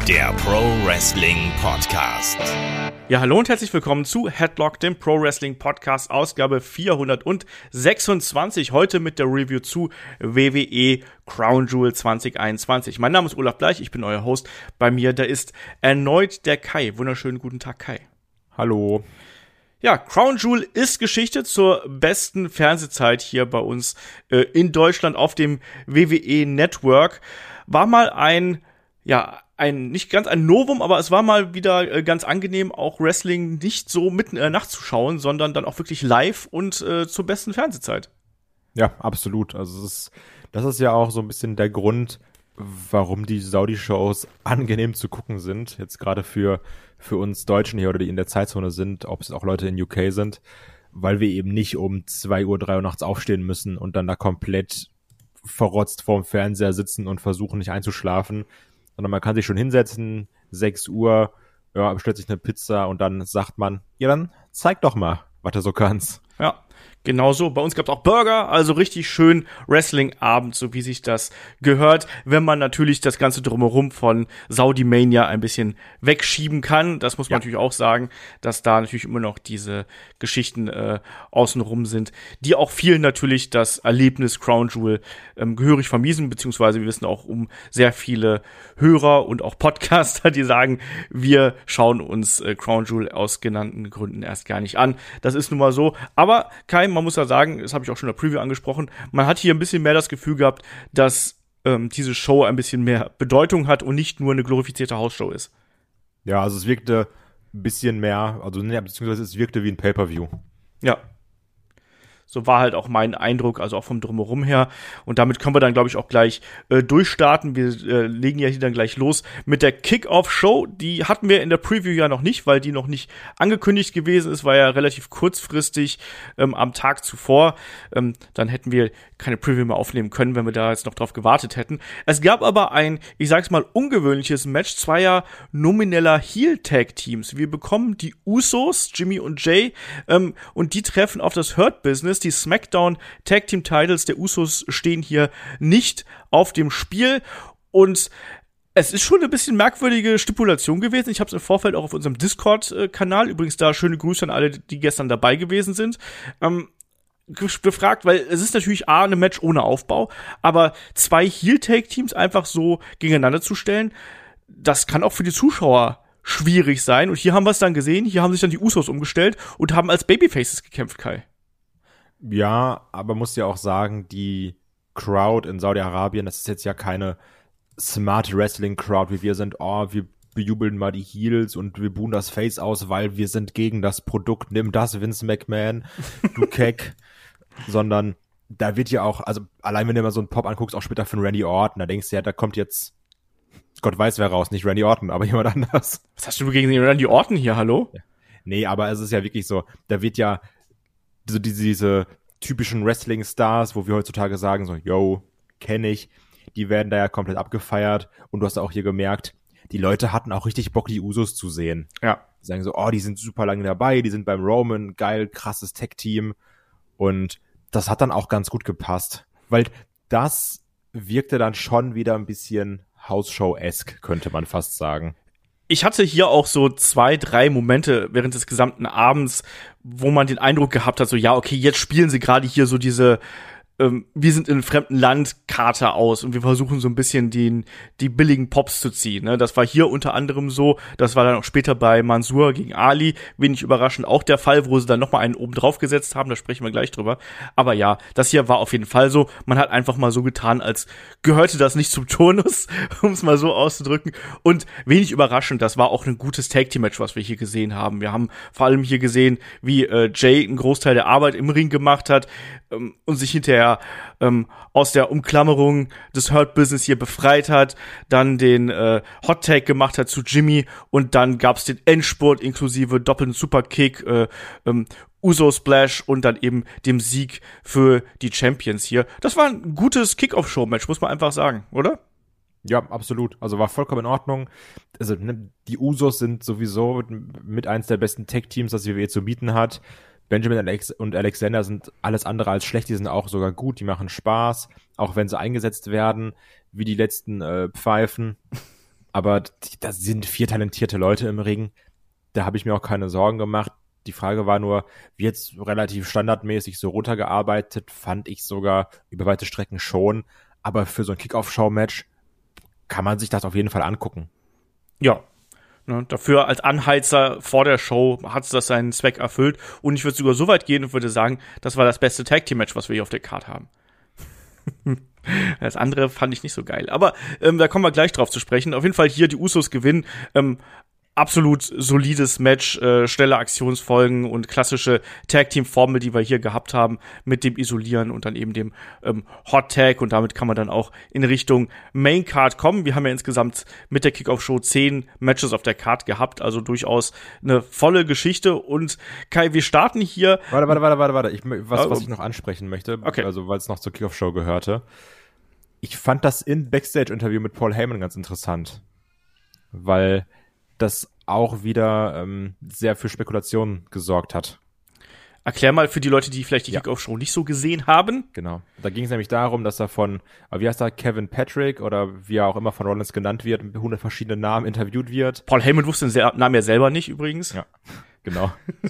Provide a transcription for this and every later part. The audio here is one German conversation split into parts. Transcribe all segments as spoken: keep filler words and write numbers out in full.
der Pro Wrestling Podcast. Ja, hallo und herzlich willkommen zu Headlock, dem Pro Wrestling Podcast, Ausgabe vierhundertsechsundzwanzig. Heute mit der Review zu W W E Crown Jewel zwanzig einundzwanzig. Mein Name ist Olaf Bleich, ich bin euer Host. Bei mir, da ist erneut der Kai. Wunderschönen guten Tag, Kai. Hallo. Ja, Crown Jewel ist Geschichte zur besten Fernsehzeit hier bei uns äh, in Deutschland auf dem W W E Network. War mal ein, ja, ein, nicht ganz ein Novum, aber es war mal wieder äh, ganz angenehm, auch Wrestling nicht so mitten in der Nacht zu schauen, sondern dann auch wirklich live und äh, zur besten Fernsehzeit. Ja, absolut. Also es ist, das ist ja auch so ein bisschen der Grund, warum die Saudi-Shows angenehm zu gucken sind. Jetzt gerade für für uns Deutschen hier oder die in der Zeitzone sind, ob es auch Leute in U K sind, weil wir eben nicht um zwei Uhr, drei Uhr nachts aufstehen müssen und dann da komplett verrotzt vorm Fernseher sitzen und versuchen nicht einzuschlafen, sondern man kann sich schon hinsetzen, sechs Uhr, ja, bestellt sich eine Pizza und dann sagt man, ja dann zeig doch mal, was du so kannst. Ja, genau so. Bei uns gab es auch Burger, also richtig schön Wrestling-Abend, so wie sich das gehört, wenn man natürlich das Ganze drumherum von Saudi Mania ein bisschen wegschieben kann. Das muss man ja natürlich auch sagen, dass da natürlich immer noch diese Geschichten äh, außenrum sind, die auch vielen natürlich das Erlebnis Crown Jewel ähm, gehörig vermiesen, beziehungsweise wir wissen auch um sehr viele Hörer und auch Podcaster, die sagen, wir schauen uns äh, Crown Jewel aus genannten Gründen erst gar nicht an. Das ist nun mal so. Aber Kai, man muss ja sagen, das habe ich auch schon in der Preview angesprochen, man hat hier ein bisschen mehr das Gefühl gehabt, dass ähm, diese Show ein bisschen mehr Bedeutung hat und nicht nur eine glorifizierte Hausshow ist. Ja, also es wirkte ein bisschen mehr, also ne, beziehungsweise es wirkte wie ein Pay-Per-View. Ja. So war halt auch mein Eindruck, also auch vom Drumherum her. Und damit können wir dann, glaube ich, auch gleich äh, durchstarten. Wir äh, legen ja hier dann gleich los mit der Kick-Off-Show. Die hatten wir in der Preview ja noch nicht, weil die noch nicht angekündigt gewesen ist. War ja relativ kurzfristig ähm, am Tag zuvor. Ähm, dann hätten wir keine Preview mehr aufnehmen können, wenn wir da jetzt noch drauf gewartet hätten. Es gab aber ein, ich sag's mal, ungewöhnliches Match zweier nomineller Heel-Tag-Teams. Wir bekommen die Usos, Jimmy und Jay, ähm, und die treffen auf das Hurt Business. Die SmackDown Tag Team Titles der Usos stehen hier nicht auf dem Spiel und es ist schon ein bisschen merkwürdige Stipulation gewesen. Ich habe es im Vorfeld auch auf unserem Discord-Kanal, übrigens da schöne Grüße an alle, die gestern dabei gewesen sind, ähm, gefragt, weil es ist natürlich A, ein Match ohne Aufbau, aber zwei Heel-Tag-Teams einfach so gegeneinander zu stellen, das kann auch für die Zuschauer schwierig sein. Und hier haben wir es dann gesehen, hier haben sich dann die Usos umgestellt und haben als Babyfaces gekämpft, Kai. Ja, aber muss ja auch sagen, die Crowd in Saudi-Arabien, das ist jetzt ja keine Smart Wrestling Crowd, wie wir sind, oh, wir bejubeln mal die Heels und wir buhen das Face aus, weil wir sind gegen das Produkt, nimm das, Vince McMahon, du Keck, sondern da wird ja auch, also allein wenn du mal so einen Pop anguckst, auch später von Randy Orton, da denkst du ja, da kommt jetzt, Gott weiß wer raus, nicht Randy Orton, aber jemand anders. Was hast du gegen den Randy Orton hier, hallo? Ja. Nee, aber es ist ja wirklich so, da wird ja so diese, diese typischen Wrestling-Stars, wo wir heutzutage sagen, so, yo, kenne ich, die werden da ja komplett abgefeiert und du hast auch hier gemerkt, die Leute hatten auch richtig Bock, die Usos zu sehen. Ja. Die sagen so, oh, die sind super lange dabei, die sind beim Roman, geil, krasses Tech-Team und das hat dann auch ganz gut gepasst, weil das wirkte dann schon wieder ein bisschen House-Show-esque, könnte man fast sagen. Ich hatte hier auch so zwei, drei Momente während des gesamten Abends, wo man den Eindruck gehabt hat, so ja, okay, jetzt spielen sie gerade hier so diese ähm, wir sind in einem fremden Land Karte aus und wir versuchen so ein bisschen den die billigen Pops zu ziehen. Ne? Das war hier unter anderem so, das war dann auch später bei Mansoor gegen Ali, wenig überraschend auch der Fall, wo sie dann nochmal einen oben drauf gesetzt haben, da sprechen wir gleich drüber. Aber ja, das hier war auf jeden Fall so, man hat einfach mal so getan, als gehörte das nicht zum Turnus, um es mal so auszudrücken. Und wenig überraschend, das war auch ein gutes Tag-Team-Match, was wir hier gesehen haben. Wir haben vor allem hier gesehen, wie äh, Jay einen Großteil der Arbeit im Ring gemacht hat ähm, und sich hinterher ähm, aus der Umklammerung des Hurt Business hier befreit hat, dann den äh, Hot Tag gemacht hat zu Jimmy und dann gab's den Endspurt inklusive doppelten Superkick, äh, ähm, Uso Splash und dann eben dem Sieg für die Champions hier. Das war ein gutes Kick-Off-Show-Match, muss man einfach sagen, oder? Ja, absolut. Also war vollkommen in Ordnung. Also ne, die Usos sind sowieso mit eins der besten Tech-Teams, das die W W E zu bieten hat. Benjamin Alex und Alexander sind alles andere als schlecht, die sind auch sogar gut, die machen Spaß, auch wenn sie eingesetzt werden, wie die letzten äh, Pfeifen. Aber da sind vier talentierte Leute im Ring. Da habe ich mir auch keine Sorgen gemacht. Die Frage war nur, wie jetzt relativ standardmäßig so runtergearbeitet, fand ich sogar über weite Strecken schon. Aber für so ein Kick-Off-Show-Match kann man sich das auf jeden Fall angucken. Ja. Ne, dafür als Anheizer vor der Show hat es das seinen Zweck erfüllt. Und ich würde sogar so weit gehen und würde sagen, das war das beste Tag-Team-Match, was wir hier auf der Card haben. Das andere fand ich nicht so geil. Aber ähm, da kommen wir gleich drauf zu sprechen. Auf jeden Fall hier die Usos gewinnen. Ähm, absolut solides Match, äh, schnelle Aktionsfolgen und klassische Tag-Team-Formel, die wir hier gehabt haben, mit dem Isolieren und dann eben dem ähm, Hot-Tag. Und damit kann man dann auch in Richtung Main-Card kommen. Wir haben ja insgesamt mit der Kickoff-Show zehn Matches auf der Card gehabt, also durchaus eine volle Geschichte. Und Kai, wir starten hier. Warte, warte, warte, warte, warte. Ich, was, was ich noch ansprechen möchte, okay. Also weil es noch zur Kickoff-Show gehörte. Ich fand das in Backstage-Interview mit Paul Heyman ganz interessant, weil das auch wieder ähm, sehr für Spekulationen gesorgt hat. Erklär mal für die Leute, die vielleicht die ja. Kickoff-Show nicht so gesehen haben. Genau. Da ging es nämlich darum, dass er von, wie heißt er, Kevin Patrick oder wie er auch immer von Rollins genannt wird, mit hundert verschiedenen Namen interviewt wird. Paul Heyman wusste den Namen ja selber nicht übrigens. Ja, genau.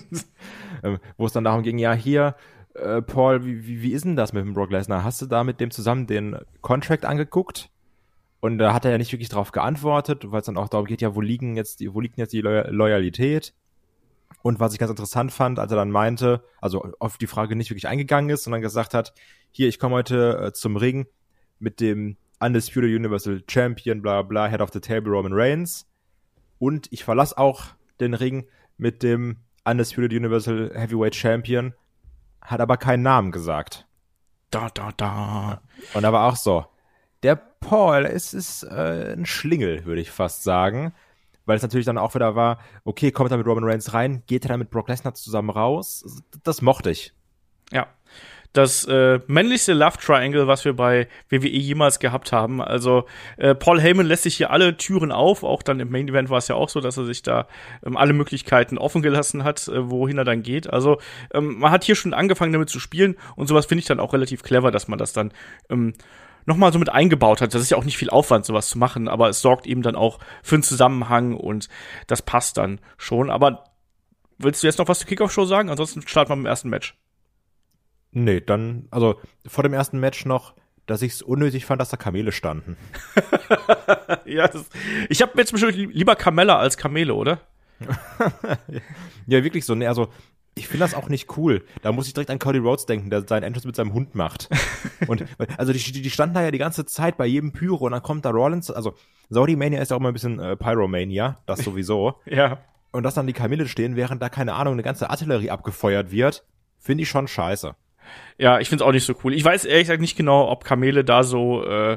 ähm, wo es dann darum ging, ja hier, äh, Paul, wie, wie, wie ist denn das mit dem Brock Lesnar? Hast du da mit dem zusammen den Contract angeguckt? Und da hat er ja nicht wirklich drauf geantwortet, weil es dann auch darum geht, ja, wo liegen jetzt die, wo liegt jetzt die Loy- Loyalität? Und was ich ganz interessant fand, als er dann meinte, also auf die Frage nicht wirklich eingegangen ist, sondern gesagt hat, hier, ich komme heute äh, zum Ring mit dem Undisputed Universal Champion, bla bla, Head of the Table Roman Reigns. Und ich verlasse auch den Ring mit dem Undisputed Universal Heavyweight Champion, hat aber keinen Namen gesagt. Da, da, da. Und da war auch so, der Paul, es ist äh, ein Schlingel, würde ich fast sagen. Weil es natürlich dann auch wieder war, okay, kommt er mit Roman Reigns rein, geht er dann mit Brock Lesnar zusammen raus? Das mochte ich. Ja. Das äh, männlichste Love Triangle, was wir bei W W E jemals gehabt haben. Also äh, Paul Heyman lässt sich hier alle Türen auf. Auch dann im Main Event war es ja auch so, dass er sich da ähm, alle Möglichkeiten offen gelassen hat, äh, wohin er dann geht. Also ähm, man hat hier schon angefangen damit zu spielen. Und sowas finde ich dann auch relativ clever, dass man das dann ähm, nochmal so mit eingebaut hat. Das ist ja auch nicht viel Aufwand, sowas zu machen, aber es sorgt eben dann auch für einen Zusammenhang und das passt dann schon. Aber willst du jetzt noch was zur Kickoff-Show sagen? Ansonsten starten wir mit dem ersten Match. Nee, dann, also vor dem ersten Match noch, dass ich es unnötig fand, dass da Kamele standen. Ja, das, ich habe mir zum Beispiel lieber Kamella als Kamele, oder? Ja, wirklich so. Ne, also ich finde das auch nicht cool. Da muss ich direkt an Cody Rhodes denken, der seinen Entrance mit seinem Hund macht. Und also die, die standen da ja die ganze Zeit bei jedem Pyro und dann kommt da Rollins, also Saudi Mania ist ja auch immer ein bisschen äh, Pyromania, das sowieso. Ja. Und dass dann die Kamele stehen, während da, keine Ahnung, eine ganze Artillerie abgefeuert wird, finde ich schon scheiße. Ja, ich find's auch nicht so cool. Ich weiß ehrlich gesagt nicht genau, ob Kamele da so äh,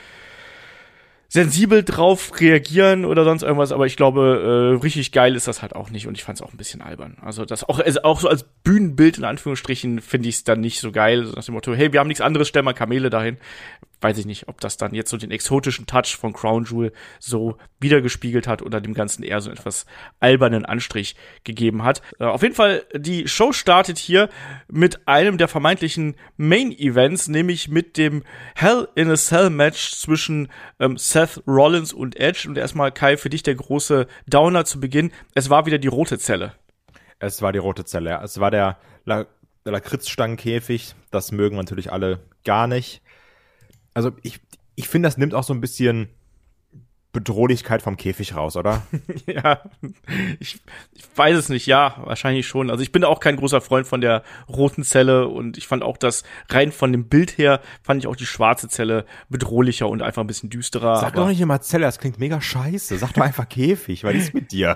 sensibel drauf reagieren oder sonst irgendwas, aber ich glaube, äh, richtig geil ist das halt auch nicht und ich fand's auch ein bisschen albern. Also das auch, also auch so als Bühnenbild in Anführungsstrichen finde ich es dann nicht so geil. So nach dem Motto, hey, wir haben nichts anderes, stell mal Kamele dahin. Weiß ich nicht, ob das dann jetzt so den exotischen Touch von Crown Jewel so wiedergespiegelt hat oder dem Ganzen eher so etwas albernen Anstrich gegeben hat. Äh, auf jeden Fall, die Show startet hier mit einem der vermeintlichen Main-Events, nämlich mit dem Hell in a Cell-Match zwischen ähm, Seth Rollins und Edge. Und erstmal, Kai, für dich der große Downer zu Beginn. Es war wieder die rote Zelle. Es war die rote Zelle, ja. Es war der, La- der Lakritzstangenkäfig. Das mögen natürlich alle gar nicht. Also ich, ich finde, das nimmt auch so ein bisschen Bedrohlichkeit vom Käfig raus, oder? Ja, ich, ich weiß es nicht, ja, wahrscheinlich schon. Also ich bin auch kein großer Freund von der roten Zelle und ich fand auch das, rein von dem Bild her, fand ich auch die schwarze Zelle bedrohlicher und einfach ein bisschen düsterer. Sag doch nicht immer Zelle, das klingt mega scheiße. Sag doch einfach Käfig, was ist mit dir?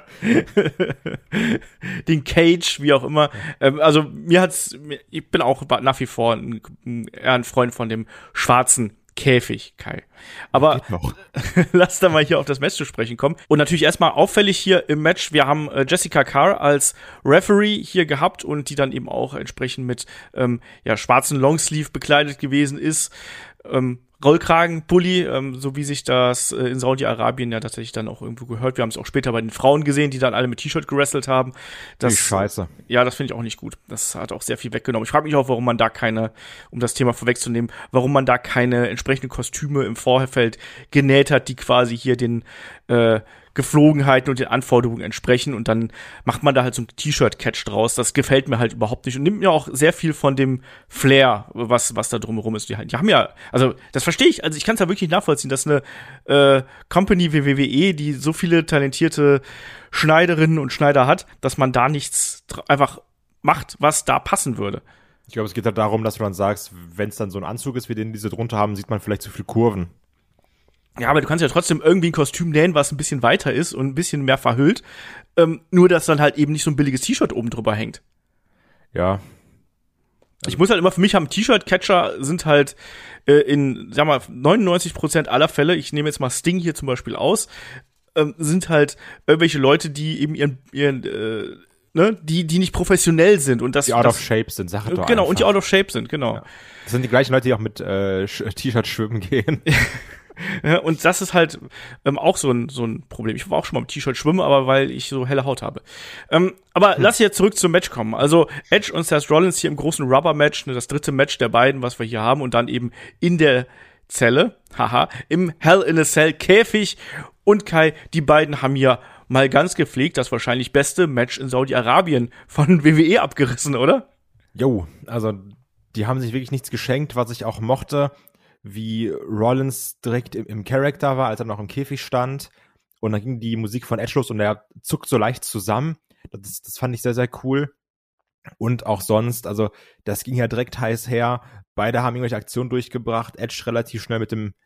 Den Cage, wie auch immer. Ähm, also mir hat's, ich bin auch nach wie vor ein, ein, eher ein Freund von dem schwarzen Käfig, Kai. Aber lass da mal hier auf das Match zu sprechen kommen. Und natürlich erstmal auffällig hier im Match, wir haben äh, Jessica Carr als Referee hier gehabt und die dann eben auch entsprechend mit ähm, ja, schwarzen Longsleeve bekleidet gewesen ist. Ähm, Rollkragenpulli, ähm, so wie sich das äh, in Saudi-Arabien ja tatsächlich dann auch irgendwo gehört. Wir haben es auch später bei den Frauen gesehen, die dann alle mit T-Shirt gewrestelt haben. Das, die Scheiße. Ja, das finde ich auch nicht gut. Das hat auch sehr viel weggenommen. Ich frage mich auch, warum man da keine, um das Thema vorwegzunehmen, warum man da keine entsprechenden Kostüme im Vorfeld genäht hat, die quasi hier den äh, Geflogenheiten und den Anforderungen entsprechen, und dann macht man da halt so ein T-Shirt-Catch draus. Das gefällt mir halt überhaupt nicht und nimmt mir auch sehr viel von dem Flair, was was da drumherum ist. Die, die haben ja, also das verstehe ich, also ich kann es ja wirklich nachvollziehen, dass eine äh, Company wie W W E, die so viele talentierte Schneiderinnen und Schneider hat, dass man da nichts einfach macht, was da passen würde. Ich glaube, es geht halt darum, dass du dann sagst, wenn es dann so ein Anzug ist, wie den diese drunter haben, sieht man vielleicht zu viel Kurven. Ja, aber du kannst ja trotzdem irgendwie ein Kostüm nähen, was ein bisschen weiter ist und ein bisschen mehr verhüllt. Ähm, nur, dass dann halt eben nicht so ein billiges T-Shirt oben drüber hängt. Ja. Also ich muss halt immer, für mich haben T-Shirt-Catcher sind halt äh, in, sag mal, neunundneunzig Prozent aller Fälle, ich nehme jetzt mal Sting hier zum Beispiel aus, ähm, sind halt irgendwelche Leute, die eben ihren, ihren äh, ne, die, die nicht professionell sind. Und das, die out das, of shape sind, sag doch Genau, einfach. und die out of shape sind, genau. Ja. Das sind die gleichen Leute, die auch mit äh, T-Shirt schwimmen gehen. Ja, und das ist halt ähm, auch so ein so ein Problem. Ich war auch schon mal im T-Shirt schwimmen, aber weil ich so helle Haut habe. Ähm, aber hm. lass jetzt zurück zum Match kommen. Also Edge und Seth Rollins hier im großen Rubber-Match, ne, das dritte Match der beiden, was wir hier haben, und dann eben in der Zelle, haha, im Hell in a Cell Käfig. Und Kai, die beiden haben hier mal ganz gepflegt das wahrscheinlich beste Match in Saudi-Arabien von W W E abgerissen, oder? Jo, also die haben sich wirklich nichts geschenkt, was ich auch mochte, wie Rollins direkt im, im Charakter war, als er noch im Käfig stand. Und dann ging die Musik von Edge los und er zuckt so leicht zusammen. Das, das fand ich sehr, sehr cool. Und auch sonst, also das ging ja direkt heiß her. Beide haben irgendwelche Aktionen durchgebracht. Edge relativ schnell mit dem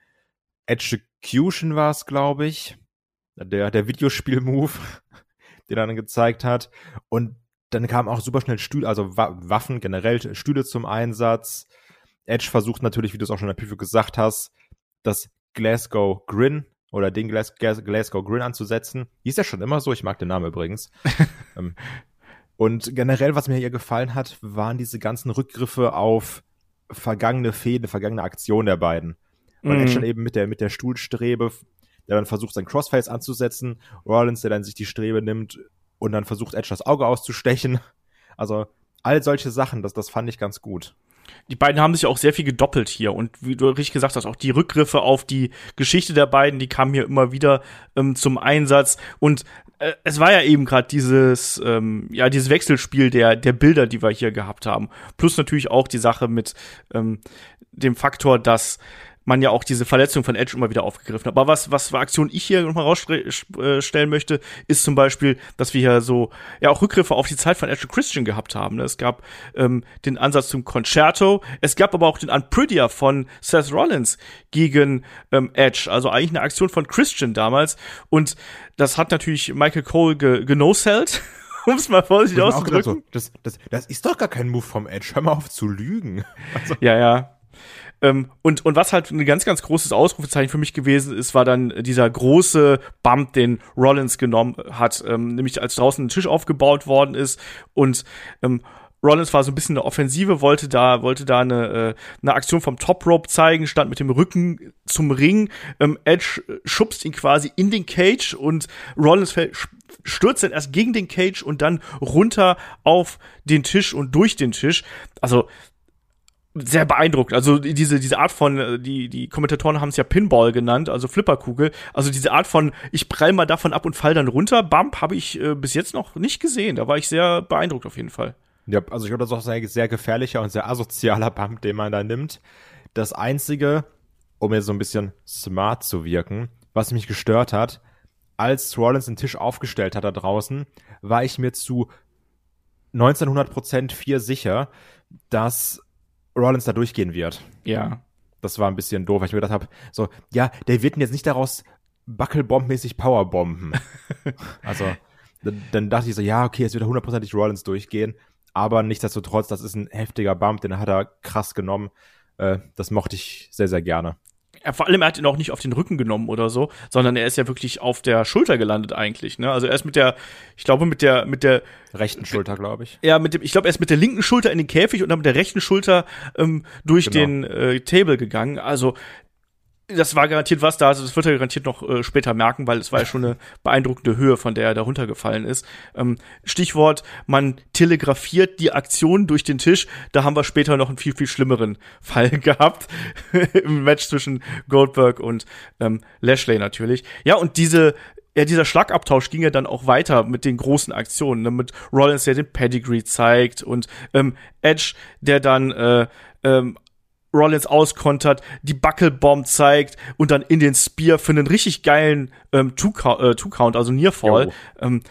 Execution war es, glaube ich. Der, der Videospiel-Move, den er dann gezeigt hat. Und dann kamen auch super schnell Stühle, also Wa- Waffen generell, Stühle zum Einsatz. Edge versucht natürlich, wie du es auch schon in der Preview gesagt hast, das Glasgow Grin oder den Glas- Glasgow Grin anzusetzen. Hieß ja schon immer so, ich mag den Namen übrigens. ähm, und generell, was mir hier gefallen hat, waren diese ganzen Rückgriffe auf vergangene Fäden, vergangene Aktionen der beiden. Weil mm. Edge dann eben mit der, mit der Stuhlstrebe, der dann versucht, sein Crossface anzusetzen, Rollins, der dann sich die Strebe nimmt und dann versucht, Edge das Auge auszustechen. Also all solche Sachen, das, das fand ich ganz gut. Die beiden haben sich auch sehr viel gedoppelt hier, und wie du richtig gesagt hast, auch die Rückgriffe auf die Geschichte der beiden, die kamen hier immer wieder ähm, zum Einsatz, und äh, es war ja eben gerade dieses ähm, ja dieses Wechselspiel der der Bilder, die wir hier gehabt haben, plus natürlich auch die Sache mit ähm, dem Faktor, dass man ja auch diese Verletzung von Edge immer wieder aufgegriffen hat. Aber was, was für Aktion ich hier nochmal rausstellen möchte, ist zum Beispiel, dass wir hier so, ja, auch Rückgriffe auf die Zeit von Edge und Christian gehabt haben. Es gab ähm, den Ansatz zum Concerto, es gab aber auch den Unprettier von Seth Rollins gegen ähm, Edge, also eigentlich eine Aktion von Christian damals, und das hat natürlich Michael Cole ge- genosellt, um es mal vorsichtig auszudrücken. So, das, das, das ist doch gar kein Move vom Edge, hör mal auf zu lügen. Also. Ja, ja. Ähm, und, und was halt ein ganz, ganz großes Ausrufezeichen für mich gewesen ist, war dann dieser große Bump, den Rollins genommen hat, ähm, nämlich als draußen ein Tisch aufgebaut worden ist, und ähm, Rollins war so ein bisschen eine Offensive, wollte da, wollte da eine, äh, eine Aktion vom Top Rope zeigen, stand mit dem Rücken zum Ring, ähm, Edge schubst ihn quasi in den Cage und Rollins fällt, stürzt dann erst gegen den Cage und dann runter auf den Tisch und durch den Tisch. Also sehr beeindruckend. Also diese diese Art von, die die Kommentatoren haben es ja Pinball genannt, also Flipperkugel. Also diese Art von, ich prall mal davon ab und fall dann runter, Bump, habe ich äh, bis jetzt noch nicht gesehen. Da war ich sehr beeindruckt auf jeden Fall. Ja, also ich glaube, das ist auch ein sehr, sehr gefährlicher und sehr asozialer Bump, den man da nimmt. Das Einzige, um jetzt so ein bisschen smart zu wirken, was mich gestört hat, als Rollins den Tisch aufgestellt hat da draußen, war ich mir zu neunzehnhundert Prozent vier sicher, dass Rollins da durchgehen wird. Ja. Das war ein bisschen doof, weil ich mir gedacht habe, so, ja, der wird ihn jetzt nicht daraus Buckelbomb-mäßig Powerbomben. Also, dann, dann dachte ich so, ja, okay, es wird hundertprozentig Rollins durchgehen, aber nichtsdestotrotz, das ist ein heftiger Bump, den hat er krass genommen. Äh, das mochte ich sehr, sehr gerne. Ja, vor allem, er hat ihn auch nicht auf den Rücken genommen oder so, sondern er ist ja wirklich auf der Schulter gelandet eigentlich, ne? Also er ist mit der, ich glaube mit der, mit der rechten Schulter, glaube ich. Ja, mit dem, ich glaube, er ist mit der linken Schulter in den Käfig und dann mit der rechten Schulter ähm, durch genau. den äh, Table gegangen. Also Das war garantiert was da, also das wird er garantiert noch äh, später merken, weil es war ja schon eine beeindruckende Höhe, von der er da runtergefallen ist. Ähm, Stichwort, man telegrafiert die Aktion durch den Tisch, da haben wir später noch einen viel, viel schlimmeren Fall gehabt, im Match zwischen Goldberg und ähm, Lashley natürlich. Ja, und diese Ja, dieser Schlagabtausch ging ja dann auch weiter mit den großen Aktionen, ne? Mit Rollins, der den Pedigree zeigt und ähm, Edge, der dann äh, ähm, Rollins auskontert, die Buckelbomb zeigt und dann in den Spear für einen richtig geilen ähm, Two-Count, äh, Two-Count, also Nearfall. Ähm,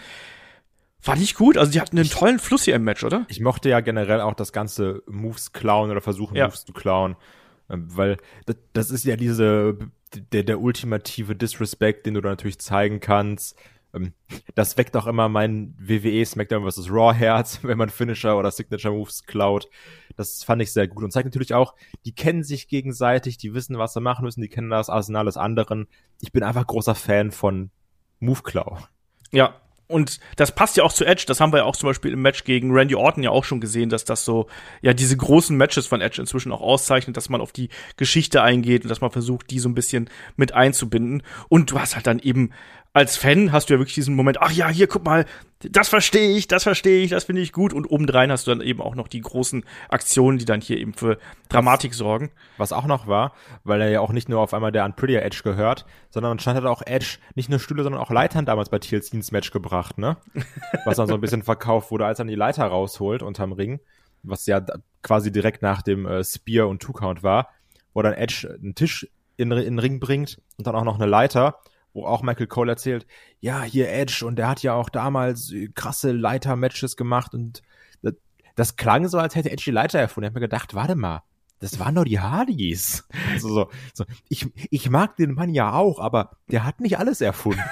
war nicht gut, also die hatten einen tollen Fluss hier im Match, oder? Ich mochte ja generell auch das ganze Moves klauen oder versuchen, ja. Moves zu klauen, ähm, weil das, das ist ja diese Der, der ultimative Disrespect, den du da natürlich zeigen kannst. Das weckt auch immer mein W W E SmackDown versus Raw Herz, wenn man Finisher oder Signature Moves klaut. Das fand ich sehr gut und zeigt natürlich auch, die kennen sich gegenseitig, die wissen, was sie machen müssen, die kennen das Arsenal des anderen. Ich bin einfach großer Fan von Move-Klau. Ja, und das passt ja auch zu Edge. Das haben wir ja auch zum Beispiel im Match gegen Randy Orton ja auch schon gesehen, dass das so, ja, diese großen Matches von Edge inzwischen auch auszeichnet, dass man auf die Geschichte eingeht und dass man versucht, die so ein bisschen mit einzubinden. Und du hast halt dann eben als Fan hast du ja wirklich diesen Moment, ach ja, hier, guck mal, das verstehe ich, das verstehe ich, das finde ich gut. Und obendrein hast du dann eben auch noch die großen Aktionen, die dann hier eben für Dramatik sorgen. Was auch noch war, weil er ja auch nicht nur auf einmal der Unprettier Edge gehört, sondern anscheinend hat auch Edge nicht nur Stühle, sondern auch Leitern damals bei T L C ins Match gebracht, ne? Was dann so ein bisschen verkauft wurde, als er die Leiter rausholt unterm Ring, was ja quasi direkt nach dem äh, Spear und Two-Count war, wo dann Edge einen Tisch in, in den Ring bringt und dann auch noch eine Leiter, wo auch Michael Cole erzählt, ja, hier Edge, und der hat ja auch damals krasse Leiter-Matches gemacht und das, das klang so, als hätte Edge die Leiter erfunden. Ich hab mir gedacht, warte mal, das waren doch die Hardys. Also so, so. Ich, ich mag den Mann ja auch, aber der hat nicht alles erfunden.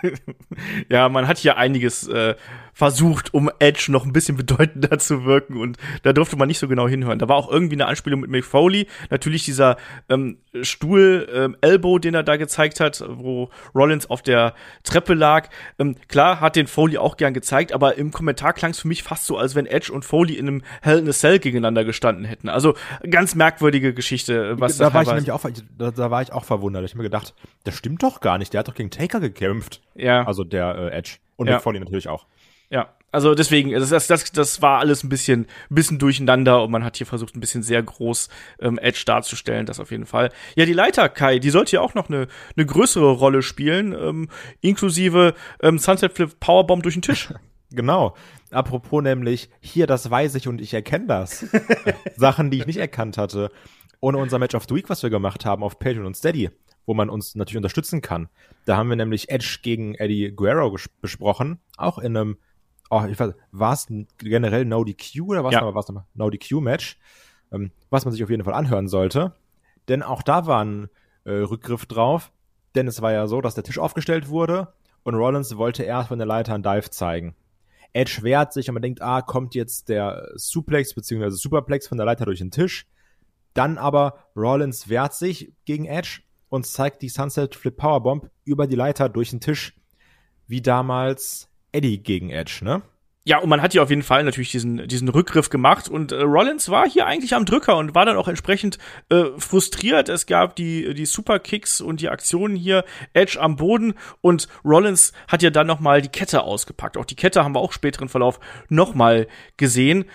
Ja, man hat hier einiges äh, versucht, um Edge noch ein bisschen bedeutender zu wirken, und da durfte man nicht so genau hinhören. Da war auch irgendwie eine Anspielung mit Mick Foley, natürlich dieser ähm, Stuhl-Elbow, ähm, den er da gezeigt hat, wo Rollins auf der Treppe lag. Ähm, klar, hat den Foley auch gern gezeigt, aber im Kommentar klang es für mich fast so, als wenn Edge und Foley in einem Hell in a Cell gegeneinander gestanden hätten. Also ganz merkwürdige Geschichte, was da da war ich nämlich auch, da, da war ich auch verwundert. Ich habe mir gedacht, das stimmt doch gar nicht. Der hat doch gegen Taker gekämpft. Ja. Also der äh, Edge. Und Ja. Mick Foley natürlich auch. Ja, also deswegen, das, das, das, das war alles ein bisschen, bisschen durcheinander, und man hat hier versucht, ein bisschen sehr groß ähm, Edge darzustellen, das auf jeden Fall. Ja, die Leiter, Kai, die sollte ja auch noch eine, eine größere Rolle spielen, ähm, inklusive ähm, Sunset Flip Powerbomb durch den Tisch. Genau. Apropos nämlich, hier, das weiß ich und ich erkenne das. Sachen, die ich nicht erkannt hatte. Ohne unser Match of the Week, was wir gemacht haben auf Patreon und Steady, wo man uns natürlich unterstützen kann. Da haben wir nämlich Edge gegen Eddie Guerrero ges- besprochen. Auch in einem, oh, ich weiß, war es generell No D Q oder was Ja. war es nochmal? No D Q-Match. Ähm, was man sich auf jeden Fall anhören sollte. Denn auch da war ein äh, Rückgriff drauf. Denn es war ja so, dass der Tisch aufgestellt wurde und Rollins wollte erst von der Leiter einen Dive zeigen. Edge wehrt sich und man denkt, ah, kommt jetzt der Suplex bzw. Superplex von der Leiter durch den Tisch. Dann aber Rollins wehrt sich gegen Edge und zeigt die Sunset Flip Powerbomb über die Leiter durch den Tisch, wie damals Eddie gegen Edge, ne? Ja, und man hat hier auf jeden Fall natürlich diesen, diesen Rückgriff gemacht, und äh, Rollins war hier eigentlich am Drücker und war dann auch entsprechend äh, frustriert. Es gab die, die Superkicks und die Aktionen hier, Edge am Boden, und Rollins hat ja dann nochmal die Kette ausgepackt. Auch die Kette haben wir auch späteren Verlauf nochmal gesehen.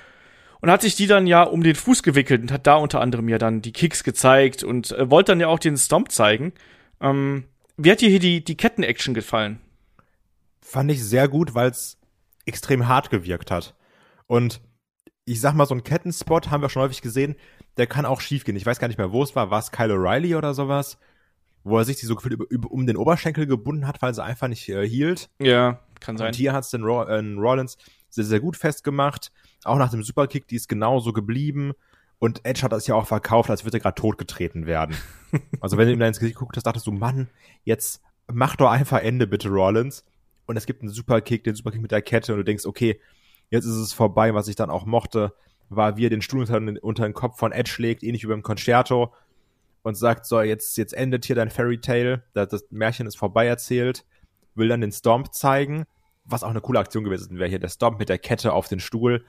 Und hat sich die dann ja um den Fuß gewickelt und hat da unter anderem ja dann die Kicks gezeigt und äh, wollte dann ja auch den Stomp zeigen. Ähm, wie hat dir hier die, die Ketten-Action gefallen? Fand ich sehr gut, weil es extrem hart gewirkt hat. Und ich sag mal, so ein Kettenspot haben wir schon häufig gesehen, der kann auch schief gehen. Ich weiß gar nicht mehr, wo es war. War es Kyle O'Reilly oder sowas? Wo er sich die so gefühlt über, über, um den Oberschenkel gebunden hat, weil sie einfach nicht äh, hielt. Ja, kann sein. Und hier hat es den Ro- äh, Rollins sehr, sehr gut festgemacht. Auch nach dem Superkick, die ist genauso geblieben. Und Edge hat das ja auch verkauft, als würde er gerade totgetreten werden. Also wenn du ihm da ins Gesicht geguckt hast, dachtest du, Mann, jetzt mach doch einfach Ende bitte, Rollins. Und es gibt einen Superkick, den Superkick mit der Kette, und du denkst, okay, jetzt ist es vorbei. Was ich dann auch mochte, war, wie er den Stuhl unter, unter den Kopf von Edge legt, ähnlich wie beim Concerto, und sagt, so, jetzt, jetzt endet hier dein Fairy Tale, das, das Märchen ist vorbei erzählt, will dann den Stomp zeigen, was auch eine coole Aktion gewesen wäre, hier der Stomp mit der Kette auf den Stuhl.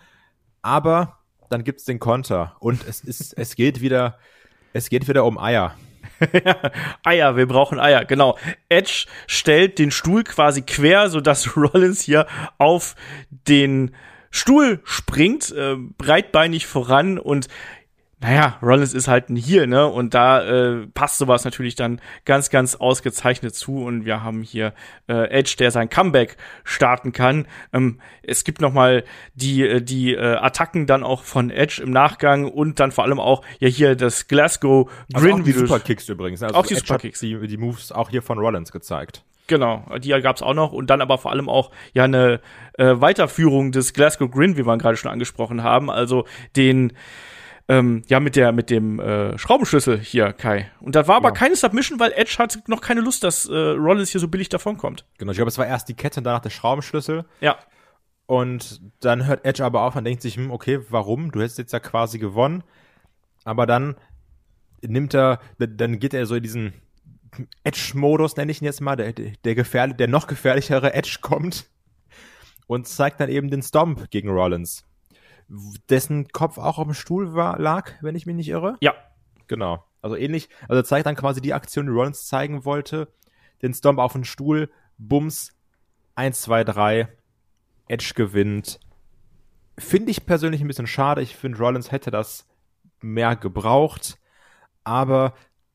Aber dann gibt's den Konter, und es ist, es geht wieder, es geht wieder um Eier. Eier, wir brauchen Eier, genau. Edge stellt den Stuhl quasi quer, sodass Rollins hier auf den Stuhl springt, äh, breitbeinig voran und naja, Rollins ist halt ein Heel, ne, und da äh, passt sowas natürlich dann ganz, ganz ausgezeichnet zu und wir haben hier äh, Edge, der sein Comeback starten kann. Ähm, es gibt noch mal die die äh, Attacken dann auch von Edge im Nachgang und dann vor allem auch ja hier das Glasgow Grin. Also auch die Superkicks übrigens. Also auch die Edge Superkicks. Hat die, die Moves auch hier von Rollins gezeigt. Genau, die gab's auch noch und dann aber vor allem auch ja eine äh, Weiterführung des Glasgow Grin, wie wir gerade schon angesprochen haben, also den Ähm, ja, mit der, mit dem äh, Schraubenschlüssel hier, Kai. Und da war aber ja. keine Submission, weil Edge hat noch keine Lust, dass äh, Rollins hier so billig davonkommt. Genau, ich glaube, es war erst die Kette und danach der Schraubenschlüssel. Ja. Und dann hört Edge aber auf und denkt sich, hm, okay, warum? Du hättest jetzt ja quasi gewonnen. Aber dann nimmt er, dann geht er so in diesen Edge-Modus, nenne ich ihn jetzt mal, der, der, gefährlich, der noch gefährlichere Edge kommt und zeigt dann eben den Stomp gegen Rollins. Dessen Kopf auch auf dem Stuhl war, lag, wenn ich mich nicht irre. Ja. Genau. Also ähnlich. Also zeigt dann quasi die Aktion, die Rollins zeigen wollte. Den Stomp auf den Stuhl. Bums. eins, zwei, drei. Edge gewinnt. Finde ich persönlich ein bisschen schade. Ich finde, Rollins hätte das mehr gebraucht. Aber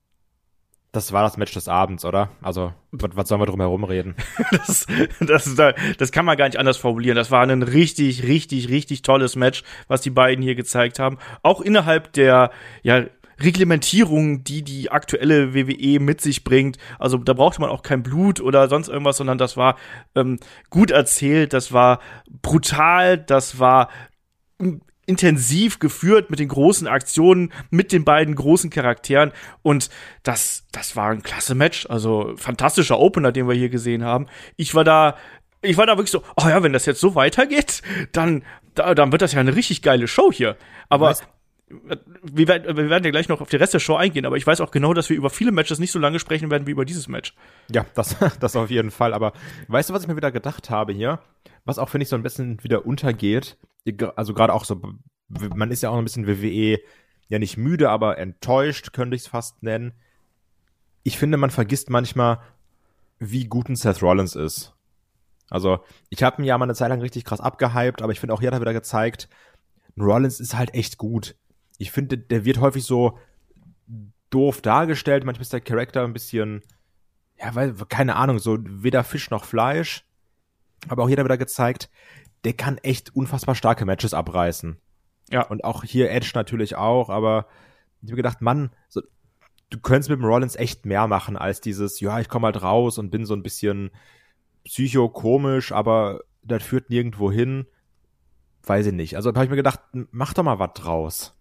das war das Match des Abends, oder? Also, was, was sollen wir drum herum reden? das, das, das kann man gar nicht anders formulieren. Das war ein richtig, richtig, richtig tolles Match, was die beiden hier gezeigt haben. Auch innerhalb der, ja, Reglementierung, die die aktuelle W W E mit sich bringt. Also da brauchte man auch kein Blut oder sonst irgendwas, sondern das war ähm, gut erzählt, das war brutal, das war intensiv geführt mit den großen Aktionen, mit den beiden großen Charakteren und das, das war ein klasse Match, also fantastischer Opener, den wir hier gesehen haben. Ich war da, ich war da wirklich so, oh ja, wenn das jetzt so weitergeht, dann, da, dann wird das ja eine richtig geile Show hier. Aber weißt, wir werden, wir werden ja gleich noch auf den Rest der Show eingehen, aber ich weiß auch genau, dass wir über viele Matches nicht so lange sprechen werden wie über dieses Match. Ja, das, das auf jeden Fall, aber weißt du, was ich mir wieder gedacht habe hier? Was auch, finde ich, so ein bisschen wieder untergeht, also gerade auch so, man ist ja auch ein bisschen W W E, ja nicht müde, aber enttäuscht, könnte ich es fast nennen. Ich finde, man vergisst manchmal, wie gut ein Seth Rollins ist. Also, ich habe ihn ja mal eine Zeit lang richtig krass abgehypt, aber ich finde auch hier hat er wieder gezeigt, Rollins ist halt echt gut. Ich finde, der wird häufig so doof dargestellt, manchmal ist der Charakter ein bisschen, ja, weil, keine Ahnung, so weder Fisch noch Fleisch. Aber auch hier hat er wieder gezeigt, der kann echt unfassbar starke Matches abreißen. Ja. Und auch hier Edge natürlich auch, aber ich habe gedacht, Mann, so, du könntest mit dem Rollins echt mehr machen als dieses, ja, ich komme halt raus und bin so ein bisschen psychokomisch, aber das führt nirgendwo hin. Weiß ich nicht. Also da habe ich mir gedacht, mach doch mal was draus.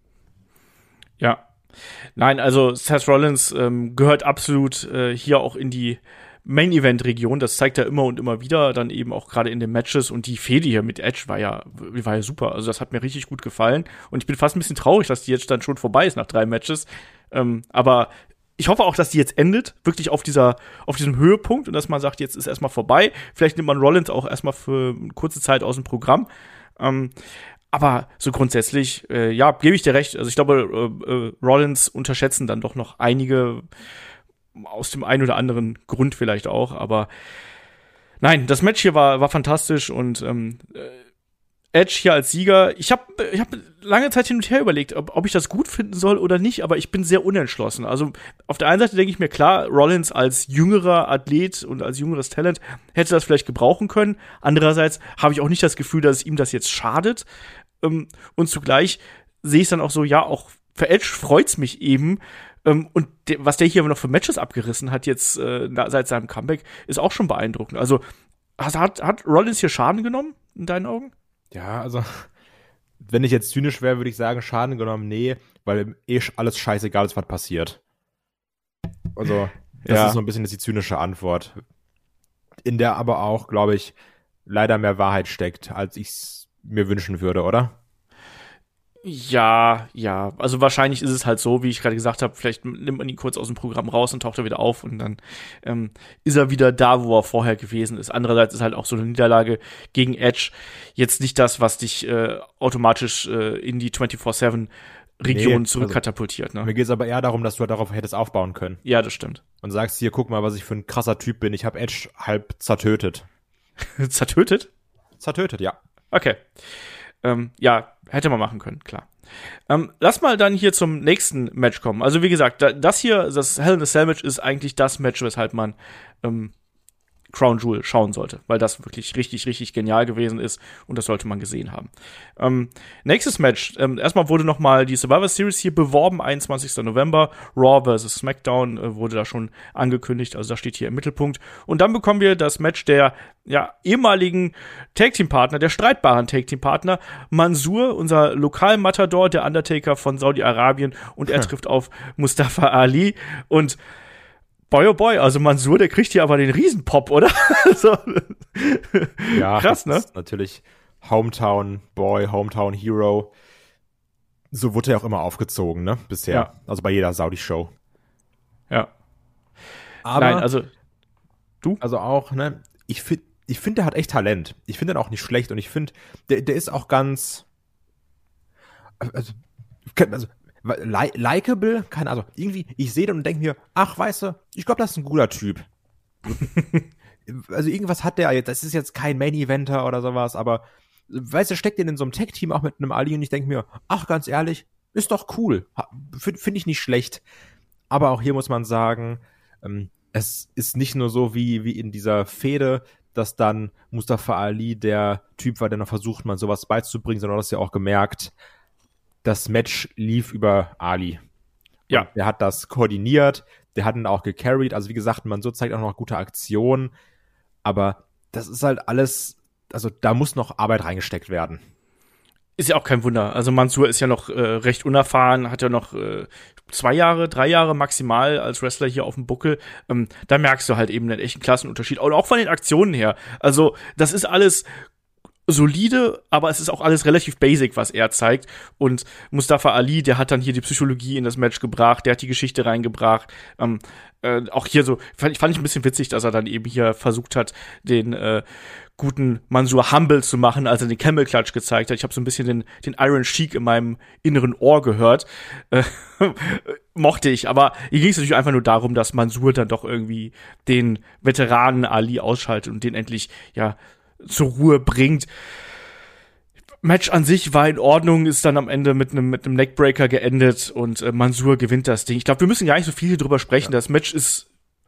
Ja. Nein, also Seth Rollins ähm, gehört absolut äh, hier auch in die Main-Event-Region, das zeigt er immer und immer wieder, dann eben auch gerade in den Matches und die Fehde hier mit Edge war ja, war ja super, also das hat mir richtig gut gefallen und ich bin fast ein bisschen traurig, dass die jetzt dann schon vorbei ist nach drei Matches, ähm, aber ich hoffe auch, dass die jetzt endet, wirklich auf dieser, auf diesem Höhepunkt und dass man sagt, jetzt ist erstmal vorbei, vielleicht nimmt man Rollins auch erstmal für eine kurze Zeit aus dem Programm, ähm, aber so grundsätzlich, äh, ja, gebe ich dir recht, also ich glaube, äh, äh, Rollins unterschätzen dann doch noch einige aus dem einen oder anderen Grund vielleicht auch, aber nein, das Match hier war war fantastisch und ähm, Edge hier als Sieger. Ich habe ich hab lange Zeit hin und her überlegt, ob, ob ich das gut finden soll oder nicht, aber ich bin sehr unentschlossen. Also auf der einen Seite denke ich mir, klar, Rollins als jüngerer Athlet und als jüngeres Talent hätte das vielleicht gebrauchen können. Andererseits habe ich auch nicht das Gefühl, dass es ihm das jetzt schadet. Ähm, und zugleich sehe ich es dann auch so, ja, auch für Edge freut's mich eben. Um, und de- was der hier noch für Matches abgerissen hat jetzt äh, na, seit seinem Comeback, ist auch schon beeindruckend. Also hat, hat Rollins hier Schaden genommen, in deinen Augen? Ja, also wenn ich jetzt zynisch wäre, würde ich sagen, Schaden genommen, nee, weil eh alles scheißegal ist, was passiert. Also das ja. ist so ein bisschen die zynische Antwort. In der aber auch, glaube ich, leider mehr Wahrheit steckt, als ich es mir wünschen würde, oder? Ja, ja, also wahrscheinlich ist es halt so, wie ich gerade gesagt habe, vielleicht nimmt man ihn kurz aus dem Programm raus und taucht er wieder auf und dann ähm, ist er wieder da, wo er vorher gewesen ist. Andererseits ist halt auch so eine Niederlage gegen Edge jetzt nicht das, was dich äh, automatisch äh, in die vierundzwanzig sieben Region Nee, zurückkatapultiert. Also, ne? mir geht es aber eher darum, dass du halt darauf hättest aufbauen können. Ja, das stimmt. Und sagst hier, guck mal, was ich für ein krasser Typ bin. Ich habe Edge halb zertötet. Zertötet? Zertötet, ja. Okay. Ähm, ja, hätte man machen können, klar. Ähm, lass mal dann hier zum nächsten Match kommen. Also wie gesagt, da, das hier, das Hell in a Cell Match ist eigentlich das Match, weshalb man ähm, Crown Jewel schauen sollte, weil das wirklich richtig, richtig genial gewesen ist und das sollte man gesehen haben. Ähm, nächstes Match, ähm, erstmal wurde nochmal die Survivor Series hier beworben, einundzwanzigster November, Raw versus SmackDown äh, wurde da schon angekündigt, also das steht hier im Mittelpunkt. Und dann bekommen wir das Match der ja, ehemaligen Tag-Team-Partner, der streitbaren Tag-Team-Partner, Mansoor, unser Lokal-Matador, der Undertaker von Saudi-Arabien, und er trifft auf Mustafa Ali und boy, oh boy, also Mansoor, der kriegt hier aber den Riesenpop, oder? so. Ja, krass, ne? Ist natürlich Hometown Boy, Hometown Hero. So wurde er auch immer aufgezogen, ne? Bisher. Ja. Also bei jeder Saudi-Show. Ja. Aber, Nein, also du? Also auch, ne? Ich finde, ich finde, der hat echt Talent. Ich finde den auch nicht schlecht und ich finde, der, der ist auch ganz, also, also li- likable, keine Ahnung. Also irgendwie, ich sehe den und denke mir, ach, weißt du, ich glaube, das ist ein guter Typ. Also irgendwas hat der, das ist jetzt kein Main-Eventer oder sowas, aber weißt du, steckt den in so einem Tag-Team auch mit einem Ali und ich denke mir, ach, ganz ehrlich, ist doch cool. Finde find ich nicht schlecht. Aber auch hier muss man sagen, ähm, es ist nicht nur so wie, wie in dieser Fehde, dass dann Mustafa Ali der Typ war, der noch versucht, man sowas beizubringen, sondern du hast ja auch gemerkt, das Match lief über Ali. Ja. Und der hat das koordiniert, der hat ihn auch gecarried. Also wie gesagt, man so zeigt auch noch gute Aktionen. Aber das ist halt alles, also da muss noch Arbeit reingesteckt werden. Ist ja auch kein Wunder. Also Mansoor ist ja noch äh, recht unerfahren, hat ja noch äh, zwei Jahre, drei Jahre maximal als Wrestler hier auf dem Buckel. Ähm, da merkst du halt eben einen echten Klassenunterschied. Und auch von den Aktionen her. Also das ist alles solide, aber es ist auch alles relativ basic, was er zeigt. Und Mustafa Ali, der hat dann hier die Psychologie in das Match gebracht, der hat die Geschichte reingebracht. Ähm, äh, auch hier so, fand, fand ich ein bisschen witzig, dass er dann eben hier versucht hat, den äh, guten Mansoor humble zu machen, als er den Camel Clutch gezeigt hat. Ich habe so ein bisschen den, den Iron Sheik in meinem inneren Ohr gehört. Äh, mochte ich, aber hier ging es natürlich einfach nur darum, dass Mansoor dann doch irgendwie den Veteranen Ali ausschaltet und den endlich, ja, zur Ruhe bringt. Match an sich war in Ordnung, ist dann am Ende mit einem mit einem Neckbreaker geendet und äh, Mansoor gewinnt das Ding. Ich glaube, wir müssen gar nicht so viel drüber sprechen. Ja. Das Match ist